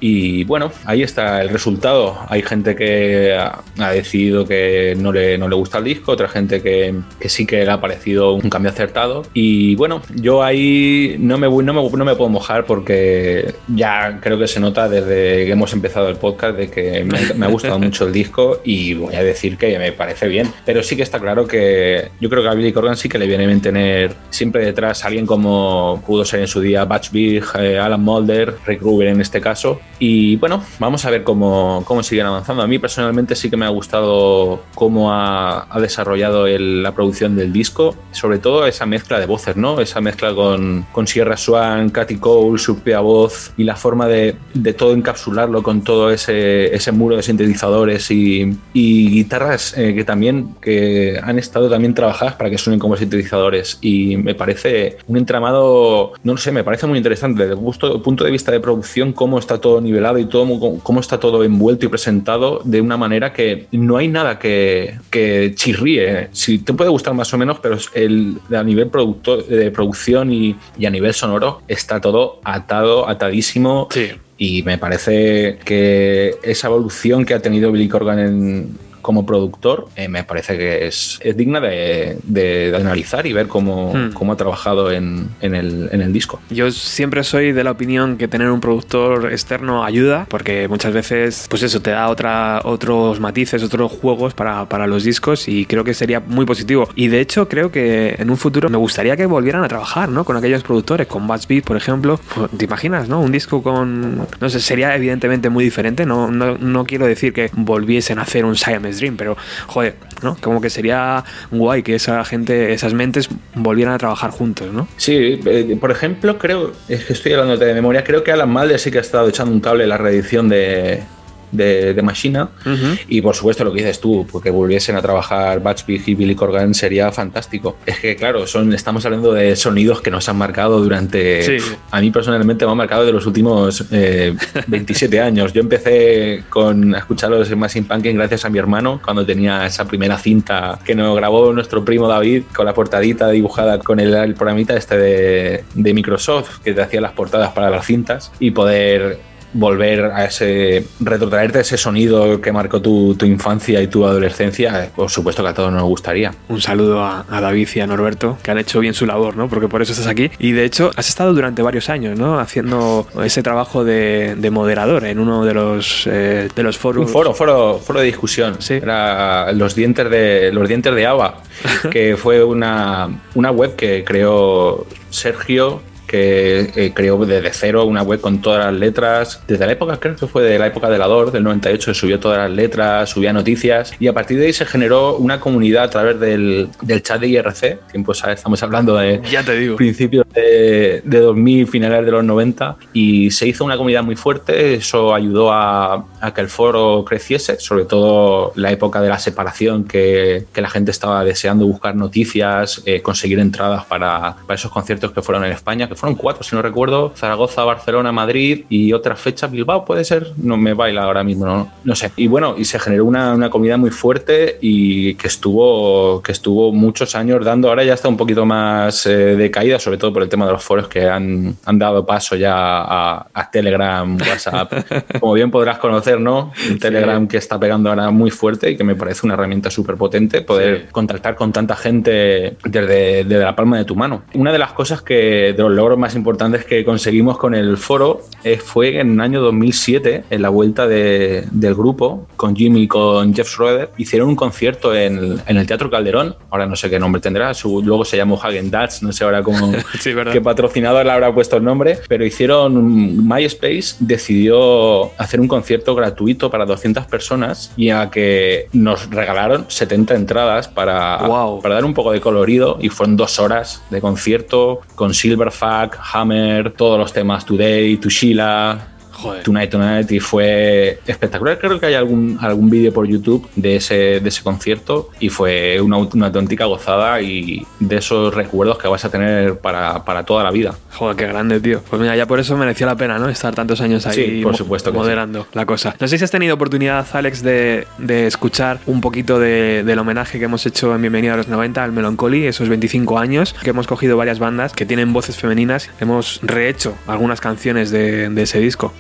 Y bueno, ahí está el resultado. Hay gente que ha, ha decidido que no le, no le gusta el disco, otra gente que, que sí que le ha parecido un cambio acertado. Y bueno, yo ahí no me, no me, no me puedo mojar porque ya creo que se nota desde que hemos empezado el podcast de que me, me ha gustado mucho el disco y voy a decir que me parece bien. Pero sí que está claro que yo creo que a Billy Corgan sí que le viene bien tener siempre detrás a alguien como pudo ser en su día Butch Vig, eh, Alan Moulder, Rick Rubin en este caso. Y bueno, vamos a ver cómo, cómo siguen avanzando. A mí personalmente sí que me ha gustado cómo ha, ha desarrollado el, la producción del disco, sobre todo esa mezcla de voces, ¿no? Esa mezcla con, con Sierra Swan, Katy Cole, su propia voz y la forma de, de todo encapsularlo con todo ese, ese muro de sintetizadores y, y guitarras eh, que también que han estado también trabajadas para que suenen como sintetizadores. Y me parece un entramado, no lo sé, me parece muy interesante desde el punto de vista de producción, cómo está todo nivelado y todo, cómo está todo envuelto y presentado de una manera que no hay nada que, que chirríe. Sí, te puede gustar más o menos, pero el, a nivel producto, de producción y, y a nivel sonoro está todo atado, atadísimo. Sí. Y me parece que esa evolución que ha tenido Billy Corgan en como productor, eh, me parece que es, es digna de, de, de analizar y ver cómo, hmm. cómo ha trabajado en, en, el, en el disco. Yo siempre soy de la opinión que tener un productor externo ayuda, porque muchas veces, pues eso, te da otra, otros matices, otros juegos para, para los discos y creo que sería muy positivo. Y de hecho, creo que en un futuro me gustaría que volvieran a trabajar, ¿no? Con aquellos productores, con Butch Vig, por ejemplo. ¿Te imaginas, no? Un disco con... No sé, sería evidentemente muy diferente. No, no, no quiero decir que volviesen a hacer un Siamese Dream, pero joder, ¿no? Como que sería guay que esa gente, esas mentes volvieran a trabajar juntos, ¿no? Sí, eh, por ejemplo, creo, es que estoy hablando de memoria, creo que Alan Moulder sí que ha estado echando un cable en la reedición de de, de Machina, uh-huh. Y por supuesto lo que dices tú, porque volviesen a trabajar Butch Vig y Billy Corgan sería fantástico. Es que claro, son, estamos hablando de sonidos que nos han marcado durante, sí. A mí personalmente me han marcado de los últimos eh, veintisiete años. Yo empecé con a escuchar los Smashing Pumpkins gracias a mi hermano, cuando tenía esa primera cinta que nos grabó nuestro primo David, con la portadita dibujada con el, el programita este de, de Microsoft, que te hacía las portadas para las cintas, y poder volver a ese, retrotraerte ese sonido que marcó tu, tu infancia y tu adolescencia, por supuesto que a todos nos gustaría. Un saludo a, a David y a Norberto, que han hecho bien su labor, ¿no? Porque por eso estás aquí. Y de hecho, has estado durante varios años, ¿no? Haciendo ese trabajo de, de moderador en uno de los, eh, de los foros. Un foro, foro, foro de discusión. Sí. Era los dientes de, los dientes de Ava, que fue una, una web que creó Sergio, que eh, creó desde cero una web con todas las letras. Desde la época, creo que fue de la época de la D O R, del noventa y ocho, subió todas las letras, subía noticias, y a partir de ahí se generó una comunidad a través del, del chat de I R C. Tiempo, ¿sabes? Estamos hablando de ya te digo. principios de, de dos mil, finales de los noventa, y se hizo una comunidad muy fuerte. Eso ayudó a, a que el foro creciese, sobre todo la época de la separación, que, que la gente estaba deseando buscar noticias, eh, conseguir entradas para, para esos conciertos que fueron en España, que fueron cuatro, si no recuerdo: Zaragoza, Barcelona, Madrid y otras fechas, Bilbao, puede ser, no me baila ahora mismo, no, no sé. Y bueno, y se generó una, una comunidad muy fuerte y que estuvo, que estuvo muchos años dando. Ahora ya está un poquito más eh, decaída, sobre todo por el tema de los foros que han, han dado paso ya a, a Telegram, WhatsApp, como bien podrás conocer, ¿no? Un Telegram sí. que está pegando ahora muy fuerte y que me parece una herramienta súper potente, poder sí. contactar con tanta gente desde, desde la palma de tu mano. Una de las cosas que, de los logros más importantes que conseguimos con el foro eh, fue en el año dos mil siete, en la vuelta de, del grupo, con Jimmy y con Jeff Schroeder, hicieron un concierto en, en el Teatro Calderón. Ahora no sé qué nombre tendrá, su, luego se llamó Häagen-Dazs, no sé ahora cómo, sí, qué patrocinador le habrá puesto el nombre, pero hicieron, MySpace decidió hacer un concierto gratuito para doscientas personas, y a que nos regalaron setenta entradas para, wow. para dar un poco de colorido, y fueron dos horas de concierto con Silverfuck, Hammer, todos los temas, Today, To Sheila, Joder. Tonight, Tonight, y fue espectacular. Creo que hay algún, algún vídeo por YouTube de ese, de ese concierto, y fue una, una auténtica gozada, y de esos recuerdos que vas a tener para, para toda la vida. Joder, qué grande, tío. Pues mira, ya por eso mereció la pena, ¿no? Estar tantos años ahí, sí, por supuesto, moderando sí. la cosa. No sé si has tenido oportunidad, Alex, de, de escuchar un poquito de, del homenaje que hemos hecho en Bienvenido a los noventa al Melancholy, esos veinticinco años, que hemos cogido varias bandas que tienen voces femeninas. Hemos rehecho algunas canciones de, de ese disco.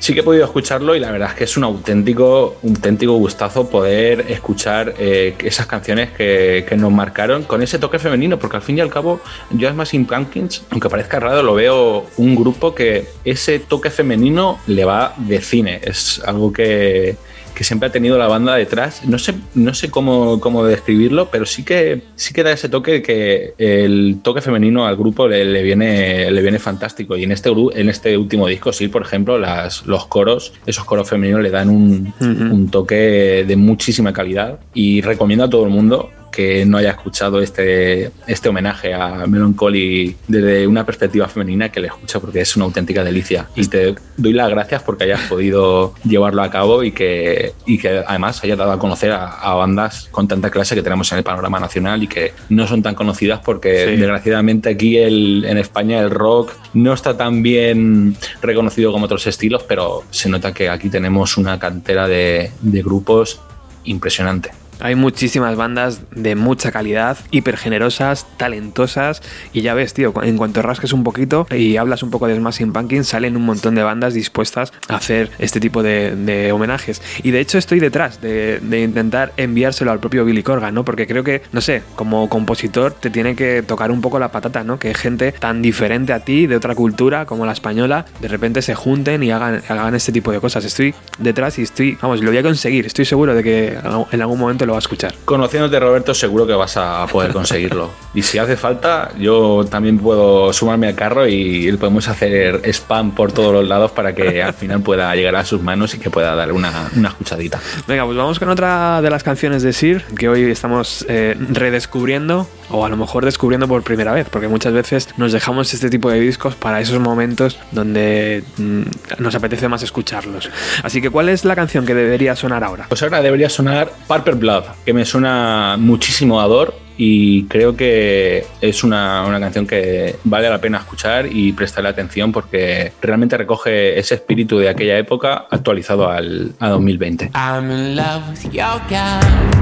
sí que he podido escucharlo y la verdad es que es un auténtico, un auténtico gustazo poder escuchar eh, esas canciones que, que nos marcaron con ese toque femenino, porque al fin y al cabo yo a Smashing Pumpkins, aunque parezca raro, lo veo un grupo que ese toque femenino le va de cine. Es algo que... que siempre ha tenido la banda detrás. No sé, no sé cómo, cómo describirlo, pero sí que, sí que da ese toque que el toque femenino al grupo le, le, viene, le viene fantástico. Y en este, en este último disco, sí, por ejemplo, las, los coros, esos coros femeninos le dan un, uh-huh. un toque de muchísima calidad. Y recomiendo a todo el mundo que no haya escuchado este, este homenaje a Melancholy desde una perspectiva femenina, que le escucha, porque es una auténtica delicia. Y te doy las gracias porque hayas podido llevarlo a cabo y que, y que además hayas dado a conocer a, a bandas con tanta clase que tenemos en el panorama nacional y que no son tan conocidas porque sí. desgraciadamente aquí el, en España el rock no está tan bien reconocido como otros estilos, pero se nota que aquí tenemos una cantera de, de grupos impresionante. Hay muchísimas bandas de mucha calidad, hiper generosas, talentosas, y ya ves, tío, en cuanto rasques un poquito y hablas un poco de Smashing Pumpkins, salen un montón de bandas dispuestas a hacer este tipo de, de homenajes. Y de hecho estoy detrás de, de intentar enviárselo al propio Billy Corgan, ¿no? Porque creo que, no sé, como compositor te tiene que tocar un poco la patata, ¿no? Que gente tan diferente a ti, de otra cultura como la española, de repente se junten y hagan, hagan este tipo de cosas. Estoy detrás y estoy, vamos, lo voy a conseguir. Estoy seguro de que en algún momento lo va a escuchar. Conociéndote, Roberto, seguro que vas a poder conseguirlo. Y si hace falta, yo también puedo sumarme al carro y podemos hacer spam por todos los lados para que al final pueda llegar a sus manos y que pueda dar una, una escuchadita. Venga, pues vamos con otra de las canciones de Sir que hoy estamos eh, redescubriendo, o a lo mejor descubriendo por primera vez, porque muchas veces nos dejamos este tipo de discos para esos momentos donde mm, nos apetece más escucharlos. Así que, ¿cuál es la canción que debería sonar ahora? Pues ahora debería sonar Purple Blood, que me suena muchísimo a Adore y creo que es una, una canción que vale la pena escuchar y prestarle atención porque realmente recoge ese espíritu de aquella época actualizado al, a dos mil veinte. I'm in love with your girl.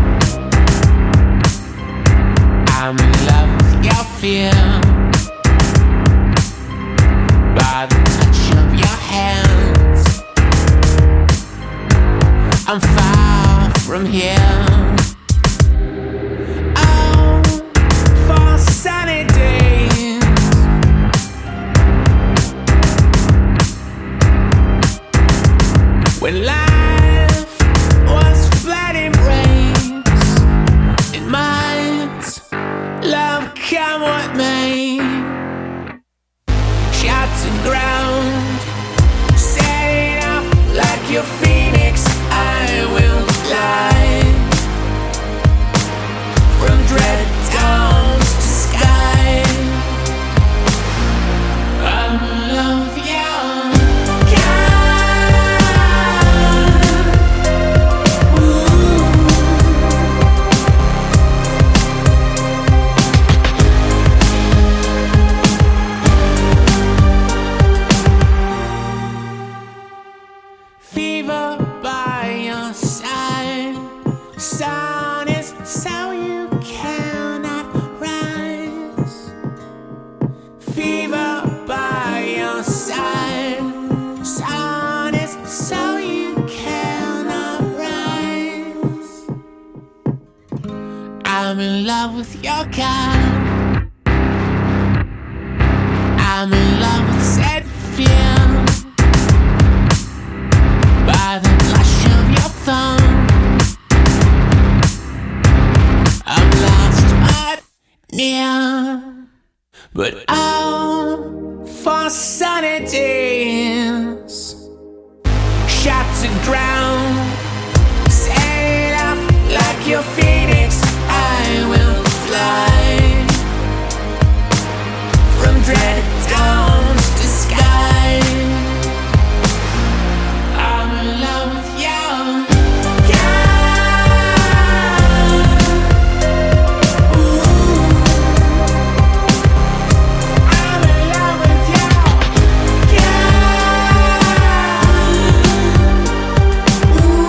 I'm in love with your fear. By the touch of your hands, I'm far from here. Oh, for sunny days, when life was flooding rains, it might love come what may. Shattered ground, setting up like your phoenix, I will fly from dread downs to sky. I love you, God. Ooh. Fever by your side, sun is so you cannot rise. Fever by your side, sun is so you cannot rise. I'm in love with your kind. I'm in love with said fear. By the flash of your thumb, I'm lost but near. But oh, for sunny days, shattered ground, set up like your phoenix, I will fly from dread downs to sky. I'm in love with you, God. Ooh. I'm in love with you, God. Ooh.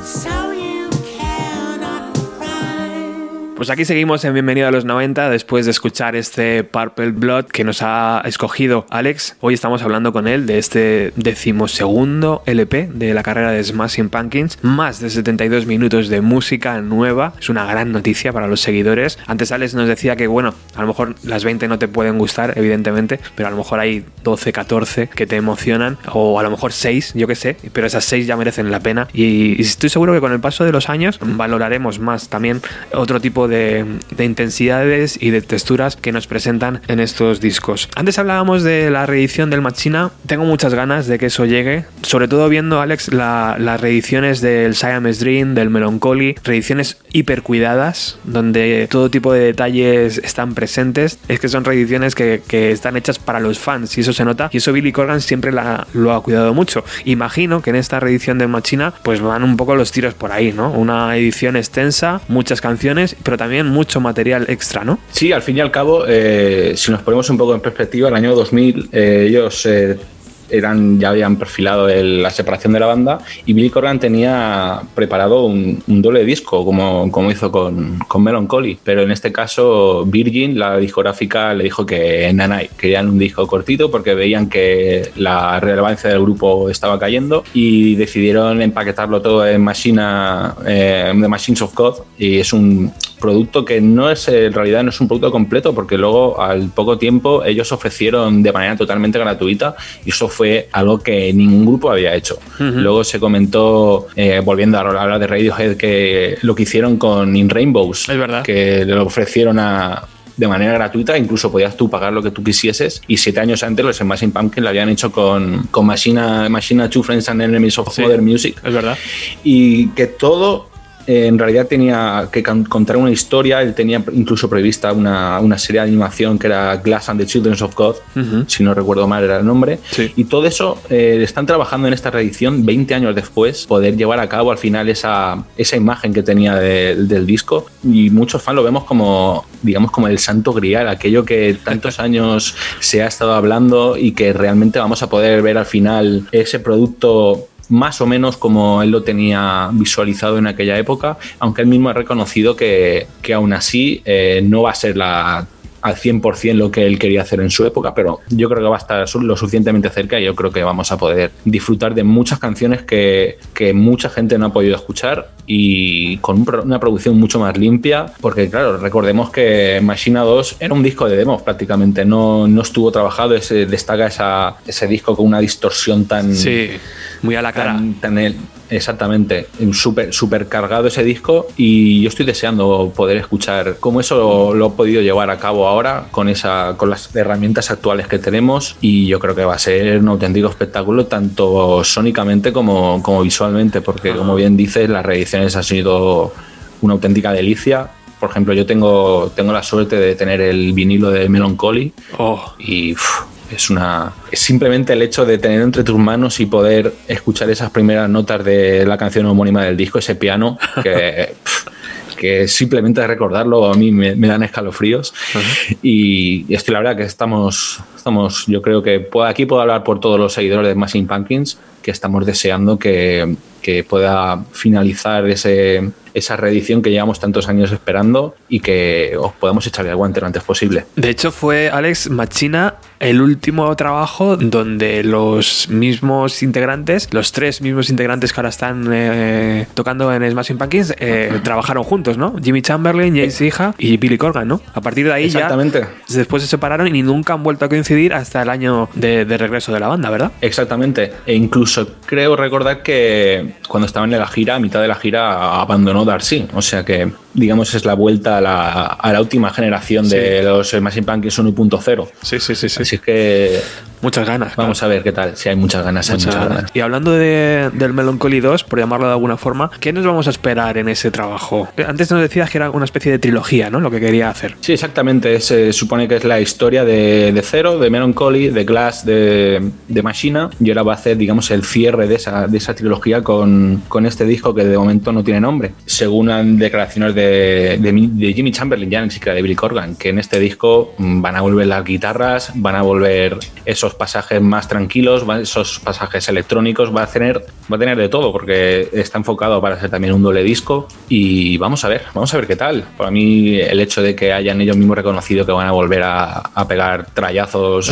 so you cannot ride. Pues aquí seguimos en Bienvenido a los noventa después de escuchar este Purple Blood que nos ha escogido Alex. Hoy estamos hablando con él de este decimosegundo L P de la carrera de Smashing Pumpkins. Más de setenta y dos minutos de música nueva. Es una gran noticia para los seguidores. Antes Alex nos decía que, bueno, a lo mejor las veinte no te pueden gustar, evidentemente, pero a lo mejor hay doce, catorce que te emocionan, o a lo mejor seis, yo qué sé, pero esas seis ya merecen la pena. Y, y estoy seguro que con el paso de los años valoraremos más también otro tipo de, de intensidades y de texturas que nos presentan en estos discos. Antes hablábamos de la reedición del Machina. Tengo muchas ganas de que eso llegue, sobre todo viendo, Alex, la, las reediciones del Siamese Dream, del Melancholy, reediciones hiper cuidadas, donde todo tipo de detalles están presentes. Es que son reediciones que, que están hechas para los fans y eso se nota, y eso Billy Corgan siempre la, lo ha cuidado mucho. Imagino que en esta reedición de Machina pues van un poco los tiros por ahí, ¿no? Una edición extensa, muchas canciones, pero también mucho material extra, ¿no? Sí, al fin y al cabo, eh, si nos ponemos un poco en perspectiva, el año dos mil eh, ellos eh, eran, ya habían perfilado el, la separación de la banda, y Billy Corgan tenía preparado un, un doble disco como, como hizo con, con Melancholy, pero en este caso Virgin, la discográfica, le dijo que nanay, querían un disco cortito porque veían que la relevancia del grupo estaba cayendo, y decidieron empaquetarlo todo en Machina, eh, The Machines of God, y es un producto que no es, en realidad no es un producto completo, porque luego al poco tiempo ellos ofrecieron de manera totalmente gratuita, y eso fue algo que ningún grupo había hecho. Uh-huh. Luego se comentó, eh, volviendo a hablar de Radiohead, que lo que hicieron con In Rainbows, es verdad, que lo ofrecieron a de manera gratuita, incluso podías tú pagar lo que tú quisieses, y siete años antes los Smashing Pumpkins lo habían hecho con, con Machina, Machina Two Friends and Enemies of sí, Modern Music. Es verdad. Y que todo en realidad tenía que contar una historia. Él tenía incluso prevista una, una serie de animación que era Glass and the Children of God, uh-huh. si no recuerdo mal era el nombre, sí. Y todo eso eh, están trabajando en esta reedición veinte años después, poder llevar a cabo al final esa, esa imagen que tenía de, del disco, y muchos fans lo vemos como, digamos, como el santo grial, aquello que tantos años se ha estado hablando y que realmente vamos a poder ver al final ese producto más o menos como él lo tenía visualizado en aquella época, aunque él mismo ha reconocido que, que aún así eh, no va a ser la, al cien por ciento lo que él quería hacer en su época, pero yo creo que va a estar lo suficientemente cerca, y yo creo que vamos a poder disfrutar de muchas canciones que, que mucha gente no ha podido escuchar, y con un, una producción mucho más limpia, porque claro, recordemos que Machina dos era un disco de demos prácticamente, no, no estuvo trabajado, ese, destaca esa, ese disco con una distorsión tan... Sí, muy a la cara. Tan, tan el, exactamente, súper super cargado ese disco, y yo estoy deseando poder escuchar cómo eso lo, lo he podido llevar a cabo ahora con, esa, con las herramientas actuales que tenemos, y yo creo que va a ser un auténtico espectáculo tanto sónicamente como, como visualmente, porque como bien dices, las reediciones han sido una auténtica delicia. Por ejemplo, yo tengo, tengo la suerte de tener el vinilo de Melancholy, oh. y uff, es una es simplemente el hecho de tener entre tus manos y poder escuchar esas primeras notas de la canción homónima del disco, ese piano que pff, que simplemente recordarlo a mí me, me dan escalofríos. Uh-huh. y, y estoy la verdad que estamos estamos yo creo que puedo, aquí puedo hablar por todos los seguidores de Smashing Pumpkins, que estamos deseando que, que pueda finalizar ese, esa reedición que llevamos tantos años esperando, y que os podamos echarle el guante lo antes posible. De hecho fue, Alex, Machina el último trabajo donde los mismos integrantes, los tres mismos integrantes que ahora están eh, tocando en Smashing Pumpkins, eh, uh-huh. trabajaron juntos, ¿no? Jimmy Chamberlain, James Iha y Billy Corgan, ¿no? A partir de ahí Exactamente. ya después se separaron y nunca han vuelto a coincidir hasta el año de, de regreso de la banda, ¿verdad? Exactamente. E incluso creo recordar que cuando estaban en la gira, a mitad de la gira abandonó Darcy, o sea que digamos es la vuelta a la, a la última generación sí. de los Smashing Pumpkins uno punto cero. Sí, sí, sí, sí. Así que muchas ganas. Vamos claro. a ver qué tal. Si hay muchas ganas, muchas hay muchas ganas. ganas. Y hablando de, del Melancholy dos, por llamarlo de alguna forma, ¿qué nos vamos a esperar en ese trabajo? Antes nos decías que era una especie de trilogía, ¿no? Lo que quería hacer. Sí, exactamente. Se supone que es la historia de, de Zero, de Melancholy, de Glass, de, de Machina, y ahora va a hacer, digamos, el cierre de esa, de esa trilogía con, con este disco que de momento no tiene nombre. Según declaraciones de, de, de Jimmy Chamberlain, ya ni siquiera de Billy Corgan, que en este disco van a volver las guitarras, van a volver esos esos pasajes más tranquilos, ¿va? Esos pasajes electrónicos, va a tener va a tener de todo porque está enfocado para ser también un doble disco y vamos a ver, vamos a ver qué tal. Para mí el hecho de que hayan ellos mismos reconocido que van a volver a, a pegar trallazos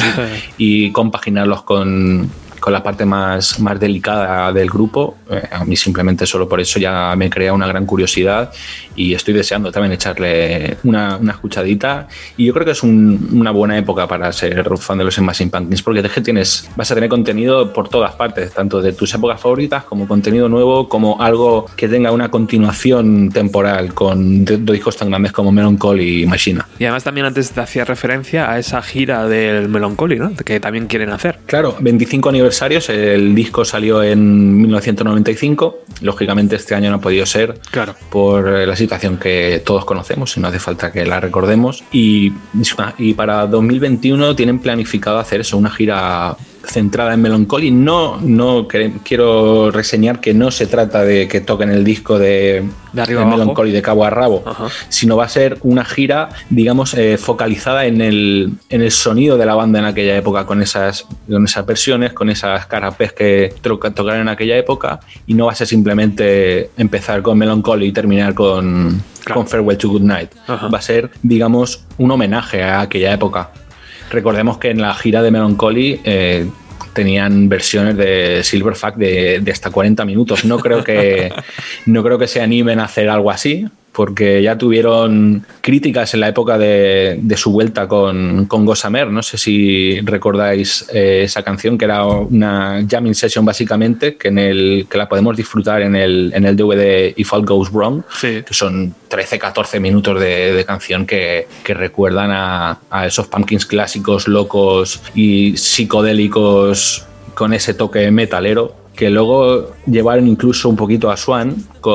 y compaginarlos con con la parte más, más delicada del grupo, eh, a mí simplemente solo por eso ya me crea una gran curiosidad y estoy deseando también echarle una, una escuchadita, y yo creo que es un, una buena época para ser fan de los Smashing Pumpkins, porque es que tienes, vas a tener contenido por todas partes, tanto de tus épocas favoritas como contenido nuevo, como algo que tenga una continuación temporal con dos discos tan grandes como Melancholy y Machina. Y además también antes te hacía referencia a esa gira del Melancholy, ¿no? Que también quieren hacer. Claro, veinticinco aniversario. El disco salió en mil novecientos noventa y cinco. Lógicamente este año no ha podido ser, claro, por la situación que todos conocemos y no hace falta que la recordemos. Y, y para dos mil veintiuno tienen planificado hacer eso, una gira centrada en Melancholy. No, no quiero reseñar que no se trata de que toquen el disco de, de, arriba de abajo, Melancholy de cabo a rabo, ajá, sino va a ser una gira, digamos, eh, focalizada en el, en el sonido de la banda en aquella época, con esas, con esas versiones, con esas carapés que tocaron en aquella época, y no va a ser simplemente empezar con Melancholy y terminar con, claro, con Farewell to Good Night. Ajá. Va a ser, digamos, un homenaje a aquella época. Recordemos que en la gira de Melancholy eh, tenían versiones de Silverfuck de, de hasta cuarenta minutos. No creo que, no creo que se animen a hacer algo así, porque ya tuvieron críticas en la época de, de su vuelta con, con Gossamer. No sé si recordáis eh, esa canción, que era una jamming session básicamente, que en el que la podemos disfrutar en el, en el D V D If All Goes Wrong, sí, que son trece catorce minutos de, de canción que, que recuerdan a, a esos Pumpkins clásicos, locos y psicodélicos, con ese toque metalero, que luego llevaron incluso un poquito a Swan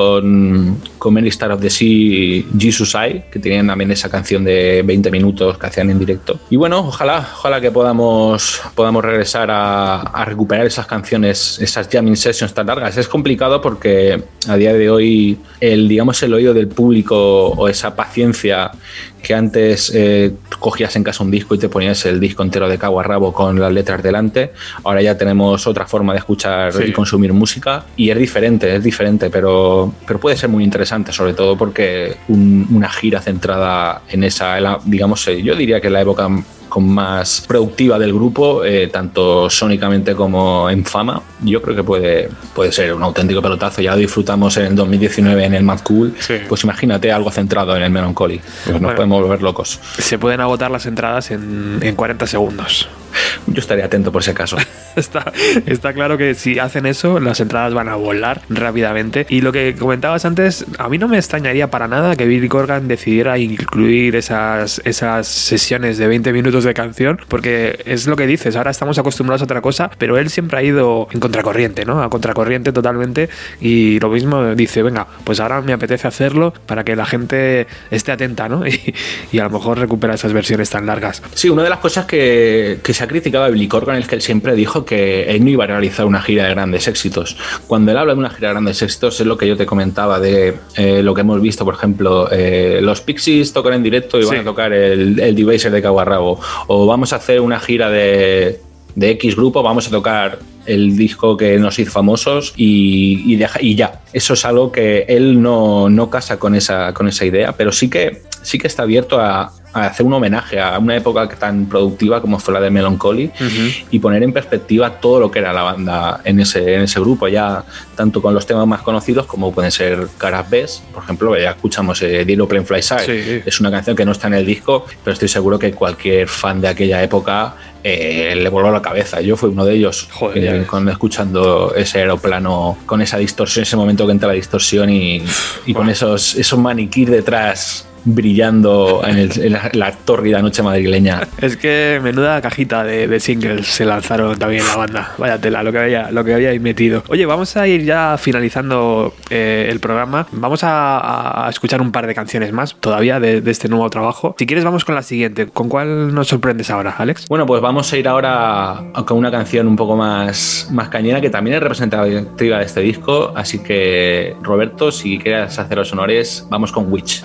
con, con Many Stars of the Sea, Jesus I, que tenían también esa canción de veinte minutos que hacían en directo. Y bueno, ojalá, ojalá que podamos, podamos regresar a, a recuperar esas canciones, esas jamming sessions tan largas. Es complicado porque a día de hoy el, digamos, el oído del público, o esa paciencia que antes eh, cogías en casa un disco y te ponías el disco entero de cabo a rabo con las letras delante, ahora ya tenemos otra forma de escuchar, sí, y consumir música, y es diferente, es diferente, pero, pero puede ser muy interesante, sobre todo porque un, una gira centrada en esa, en la, digamos, yo diría que la época con más productiva del grupo, eh, tanto sónicamente como en fama, yo creo que puede, puede ser un auténtico pelotazo. Ya lo disfrutamos en el dos mil diecinueve en el Mad Cool, sí, pues imagínate algo centrado en el Melancholy, pues bueno, nos podemos volver locos. Se pueden agotar las entradas en, en cuarenta segundos. Yo estaría atento por ese caso. está, está claro que si hacen eso, las entradas van a volar rápidamente. Y lo que comentabas antes, a mí no me extrañaría para nada que Billy Corgan decidiera incluir esas, esas sesiones de veinte minutos de canción, porque es lo que dices, ahora estamos acostumbrados a otra cosa, pero él siempre ha ido en contracorriente, ¿no? A contracorriente totalmente, y lo mismo dice, venga, pues ahora me apetece hacerlo para que la gente esté atenta, ¿no? Y, y a lo mejor recupera esas versiones tan largas. Sí, una de las cosas que, que se ha criticado a Billy Corgan es que él siempre dijo que él no iba a realizar una gira de grandes éxitos. Cuando él habla de una gira de grandes éxitos, es lo que yo te comentaba de eh, lo que hemos visto, por ejemplo, eh, los Pixies tocan en directo y van, sí, a tocar el, el Debaser de cabo a rabo, o vamos a hacer una gira de, de X grupo, vamos a tocar el disco que nos hizo famosos y, y, deja, y ya. Eso es algo que él no, no casa con esa, con esa idea, pero sí que, sí que está abierto a, a hacer un homenaje a una época tan productiva como fue la de Melancholy, uh-huh, y poner en perspectiva todo lo que era la banda en ese, en ese grupo, ya tanto con los temas más conocidos como pueden ser Caras Best, por ejemplo, ya escuchamos eh, Dear Open Fly Side, sí, es una canción que no está en el disco, pero estoy seguro que cualquier fan de aquella época eh, le voló la cabeza. Yo fui uno de ellos. Joder, eh, con, escuchando ese aeroplano con esa distorsión, ese momento que entra la distorsión y, y con esos, esos maniquís detrás brillando en, el, en la, la tórrida noche madrileña. Es que menuda cajita de, de singles se lanzaron también la banda. Vaya tela, lo que había, lo que había metido. Oye, vamos a ir ya finalizando eh, el programa. Vamos a, a escuchar un par de canciones más todavía de, de este nuevo trabajo. Si quieres, vamos con la siguiente. ¿Con cuál nos sorprendes ahora, Alex? Bueno, pues vamos a ir ahora con una canción un poco más, más cañera, que también es representativa de este disco. Así que, Roberto, si quieres hacer los honores, vamos con Witch.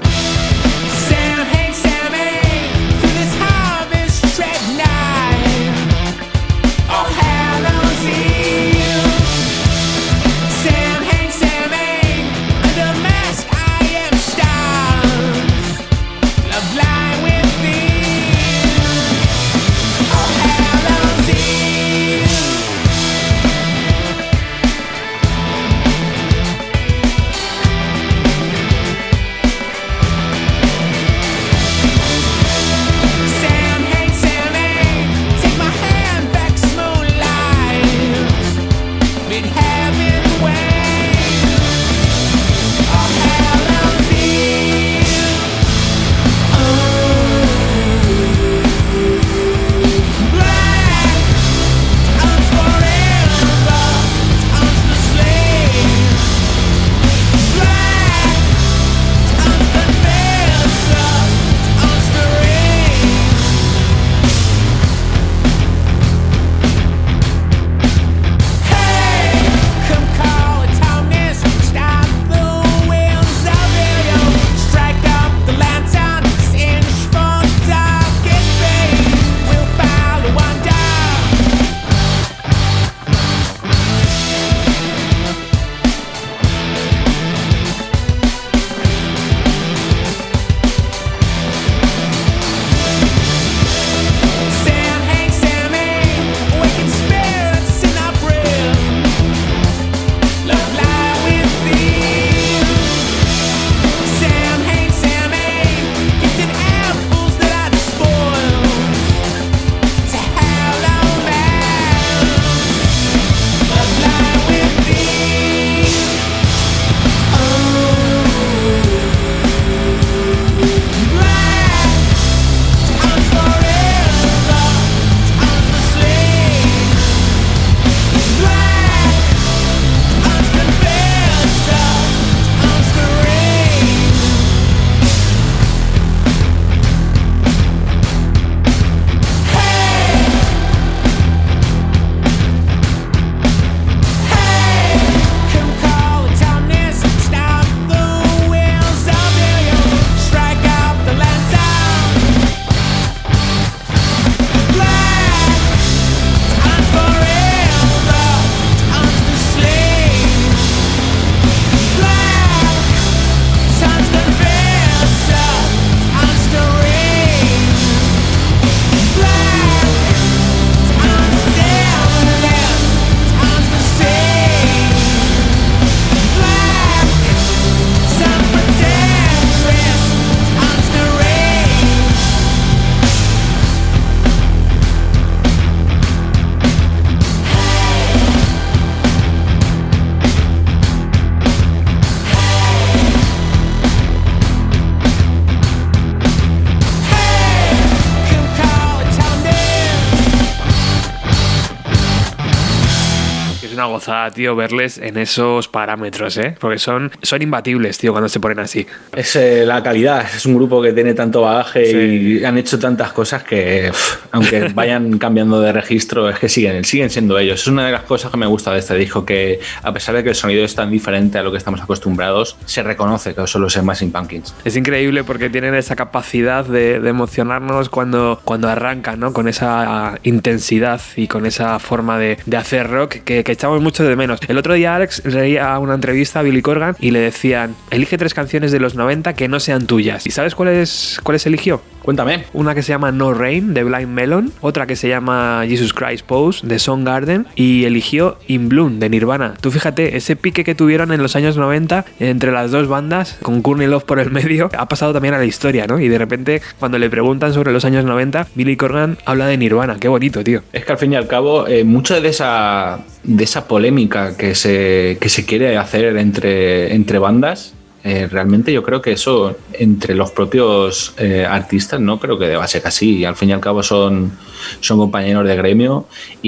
gozada, tío, verles en esos parámetros, ¿eh? Porque son, son imbatibles, tío, cuando se ponen así. Es eh, la calidad, es un grupo que tiene tanto bagaje sí. y han hecho tantas cosas que, pff, aunque vayan cambiando de registro, es que siguen, siguen siendo ellos. Es una de las cosas que me gusta de este disco, que a pesar de que el sonido es tan diferente a lo que estamos acostumbrados, se reconoce que son los Smashing Pumpkins. Es increíble porque tienen esa capacidad de, de emocionarnos cuando, cuando arrancan, ¿no? Con esa intensidad y con esa forma de, de hacer rock que, que echamos mucho de menos. El otro día Alex leía una entrevista a Billy Corgan y le decían: elige tres canciones de los noventa que no sean tuyas. ¿Y sabes cuáles cuáles eligió? Cuéntame. Una que se llama No Rain, de Blind Melon. Otra que se llama Jesus Christ Pose, de Soundgarden. Y eligió In Bloom, de Nirvana. Tú fíjate, ese pique que tuvieron en los años noventa entre las dos bandas, con Courtney Love por el medio, ha pasado también a la historia, ¿no? Y de repente, cuando le preguntan sobre los años noventa, Billy Corgan habla de Nirvana. Qué bonito, tío. Es que al fin y al cabo, eh, mucha de esa, de esa polémica que se, que se quiere hacer entre, entre bandas, Eh, realmente yo creo que eso entre los propios eh, artistas no creo que deba ser así. Al fin y al cabo son, son compañeros de gremio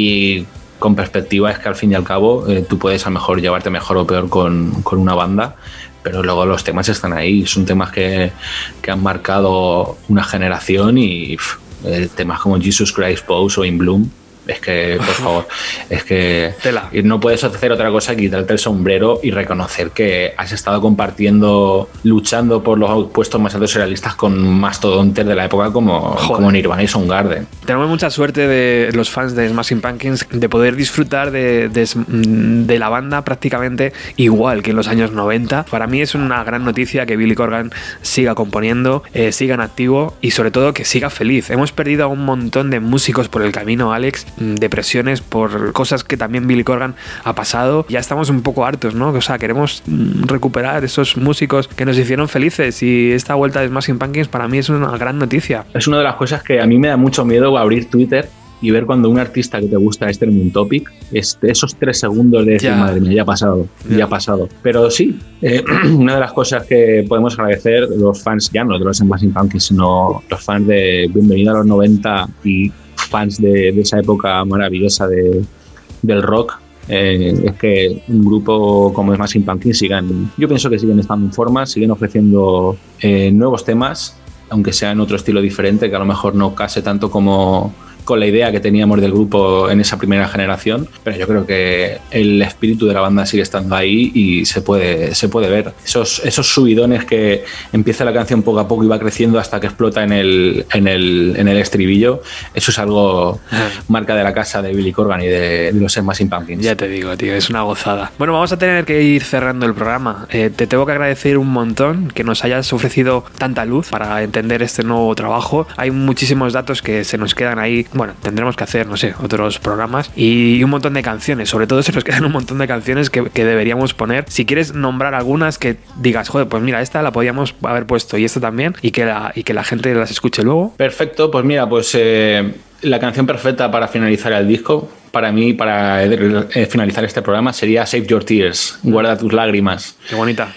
y con perspectiva es que al fin y al cabo eh, tú puedes a lo mejor llevarte mejor o peor con, con una banda, pero luego los temas están ahí. Son temas que, que han marcado una generación y pff, eh, temas como Jesus Christ Pose o In Bloom. Es que, por favor, es que Tela. No puedes hacer otra cosa que quitarte el sombrero y reconocer que has estado compartiendo, luchando por los puestos más altos realistas con mastodontes de la época como, como Nirvana y Soundgarden. Tenemos mucha suerte de los fans de Smashing Pumpkins de poder disfrutar de, de, de la banda prácticamente igual que en los años noventa. Para mí es una gran noticia que Billy Corgan siga componiendo, eh, siga en activo y sobre todo que siga feliz. Hemos perdido a un montón de músicos por el camino, Alex, depresiones por cosas que también Billy Corgan ha pasado. Ya estamos un poco hartos, ¿no? O sea, queremos recuperar esos músicos que nos hicieron felices y esta vuelta de Smashing Pumpkins para mí es una gran noticia. Es una de las cosas que a mí me da mucho miedo abrir Twitter y ver cuando un artista que te gusta es trending topic, es esos tres segundos de decir, ya. madre mía, ya ha pasado, ya, ya ha pasado. Pero sí, eh, una de las cosas que podemos agradecer los fans, ya no de los Smashing Pumpkins, sino los fans de Bienvenido a los noventa y fans de, de esa época maravillosa de, del rock, eh, es que un grupo como Smashing Pumpkins sigan, yo pienso que siguen estando en forma, siguen ofreciendo eh, nuevos temas, aunque sea en otro estilo diferente, que a lo mejor no case tanto como con la idea que teníamos del grupo en esa primera generación, pero yo creo que el espíritu de la banda sigue estando ahí y se puede, se puede ver. Esos, esos subidones que empieza la canción poco a poco y va creciendo hasta que explota en el, en el, en el estribillo, eso es algo marca de la casa de Billy Corgan y de, de los Smashing Pumpkins. Ya te digo, tío, es una gozada. Bueno, vamos a tener que ir cerrando el programa. Eh, te tengo que agradecer un montón que nos hayas ofrecido tanta luz para entender este nuevo trabajo. Hay muchísimos datos que se nos quedan ahí. Bueno, tendremos que hacer, no sé, otros programas y un montón de canciones. Sobre todo se nos quedan un montón de canciones que, que deberíamos poner. Si quieres nombrar algunas que digas, joder, pues mira, esta la podíamos haber puesto y esta también, y que la, y que la gente las escuche luego. Perfecto, pues mira, pues eh, la canción perfecta para finalizar el disco, para mí, para eh, finalizar este programa, sería Save Your Tears, Guarda tus lágrimas. Qué bonita.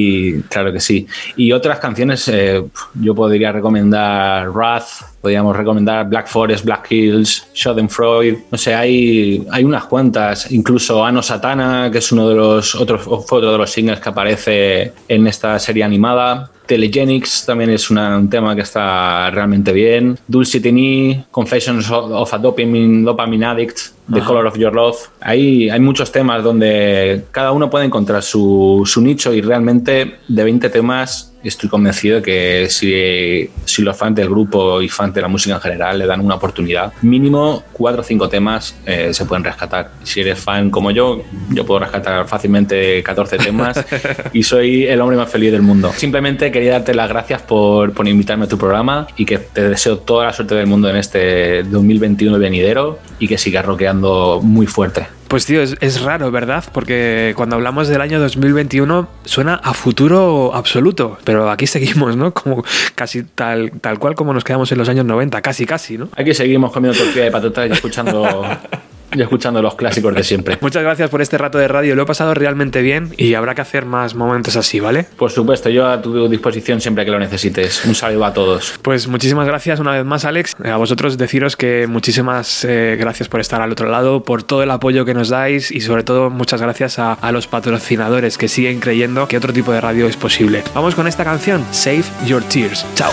Y claro que sí. Y otras canciones, eh, yo podría recomendar Wrath, podríamos recomendar Black Forest, Black Hills, Schadenfreude, no sé, hay, hay unas cuantas, incluso Ano Satana, que es uno de los otros, fue otro de los singles que aparece en esta serie animada. Telegenics también es una, un tema que está realmente bien. Dulcitini, Confessions of a Dopamine, Dopamine Addict, The Ajá. Color of Your Love. Hay, hay muchos temas donde cada uno puede encontrar su, su nicho y realmente de veinte temas estoy convencido de que si, si los fans del grupo y fans de la música en general le dan una oportunidad, mínimo cuatro o cinco temas eh, se pueden rescatar. Si eres fan como yo, yo puedo rescatar fácilmente catorce temas y soy el hombre más feliz del mundo. Simplemente quería darte las gracias por, por invitarme a tu programa y que te deseo toda la suerte del mundo en este dos mil veintiuno venidero y que sigas rockeando muy fuerte. Pues tío, es, es raro, ¿verdad? Porque cuando hablamos del año dos mil veintiuno suena a futuro absoluto, pero aquí seguimos, ¿no? Como casi tal, tal cual como nos quedamos en los años noventa, casi casi, ¿no? Aquí seguimos comiendo tortilla de patatas y escuchando Yo escuchando los clásicos de siempre. Muchas gracias por este rato de radio, lo he pasado realmente bien y habrá que hacer más momentos así, ¿vale? Por supuesto, yo a tu disposición siempre que lo necesites. Un saludo a todos. Pues muchísimas gracias una vez más, Alex. A vosotros deciros que muchísimas eh, gracias por estar al otro lado, por todo el apoyo que nos dais y sobre todo muchas gracias a, a los patrocinadores que siguen creyendo que otro tipo de radio es posible. Vamos con esta canción, Save Your Tears. Chao.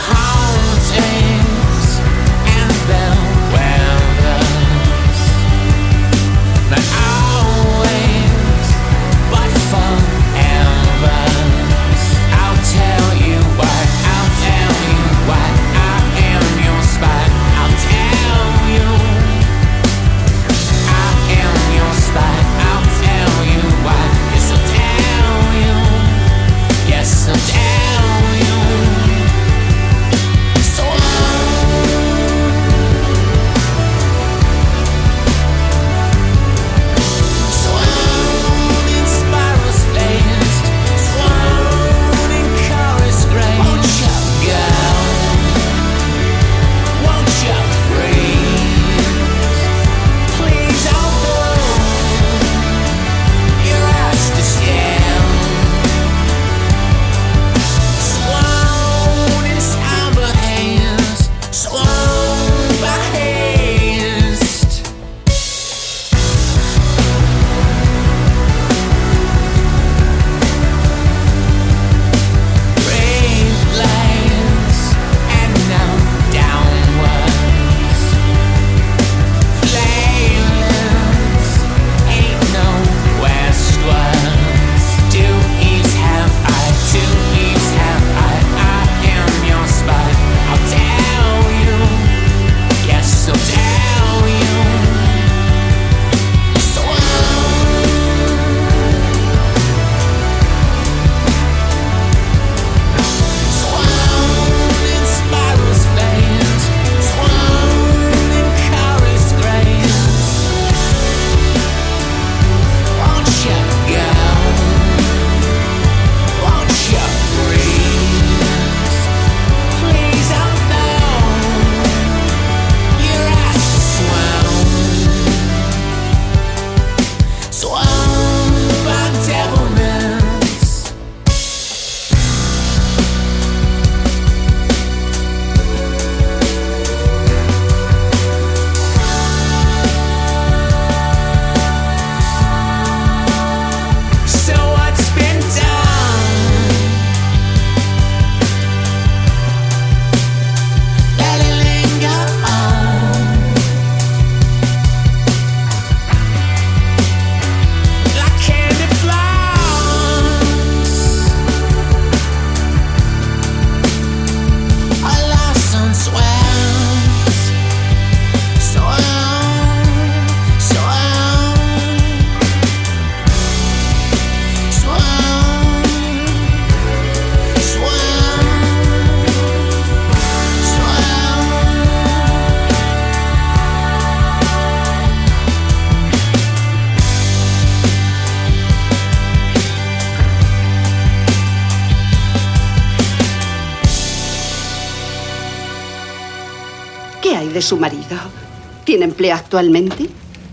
¿Qué hay de su marido? ¿Tiene empleo actualmente?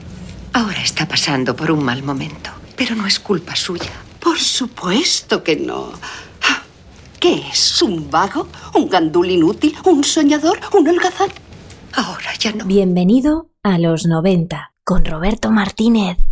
Ahora está pasando por un mal momento, pero no es culpa suya. Por supuesto que no. ¿Qué es? ¿Un vago? ¿Un gandul inútil? ¿Un soñador? ¿Un holgazán? Ahora ya no. Bienvenido a los noventa con Roberto Martínez.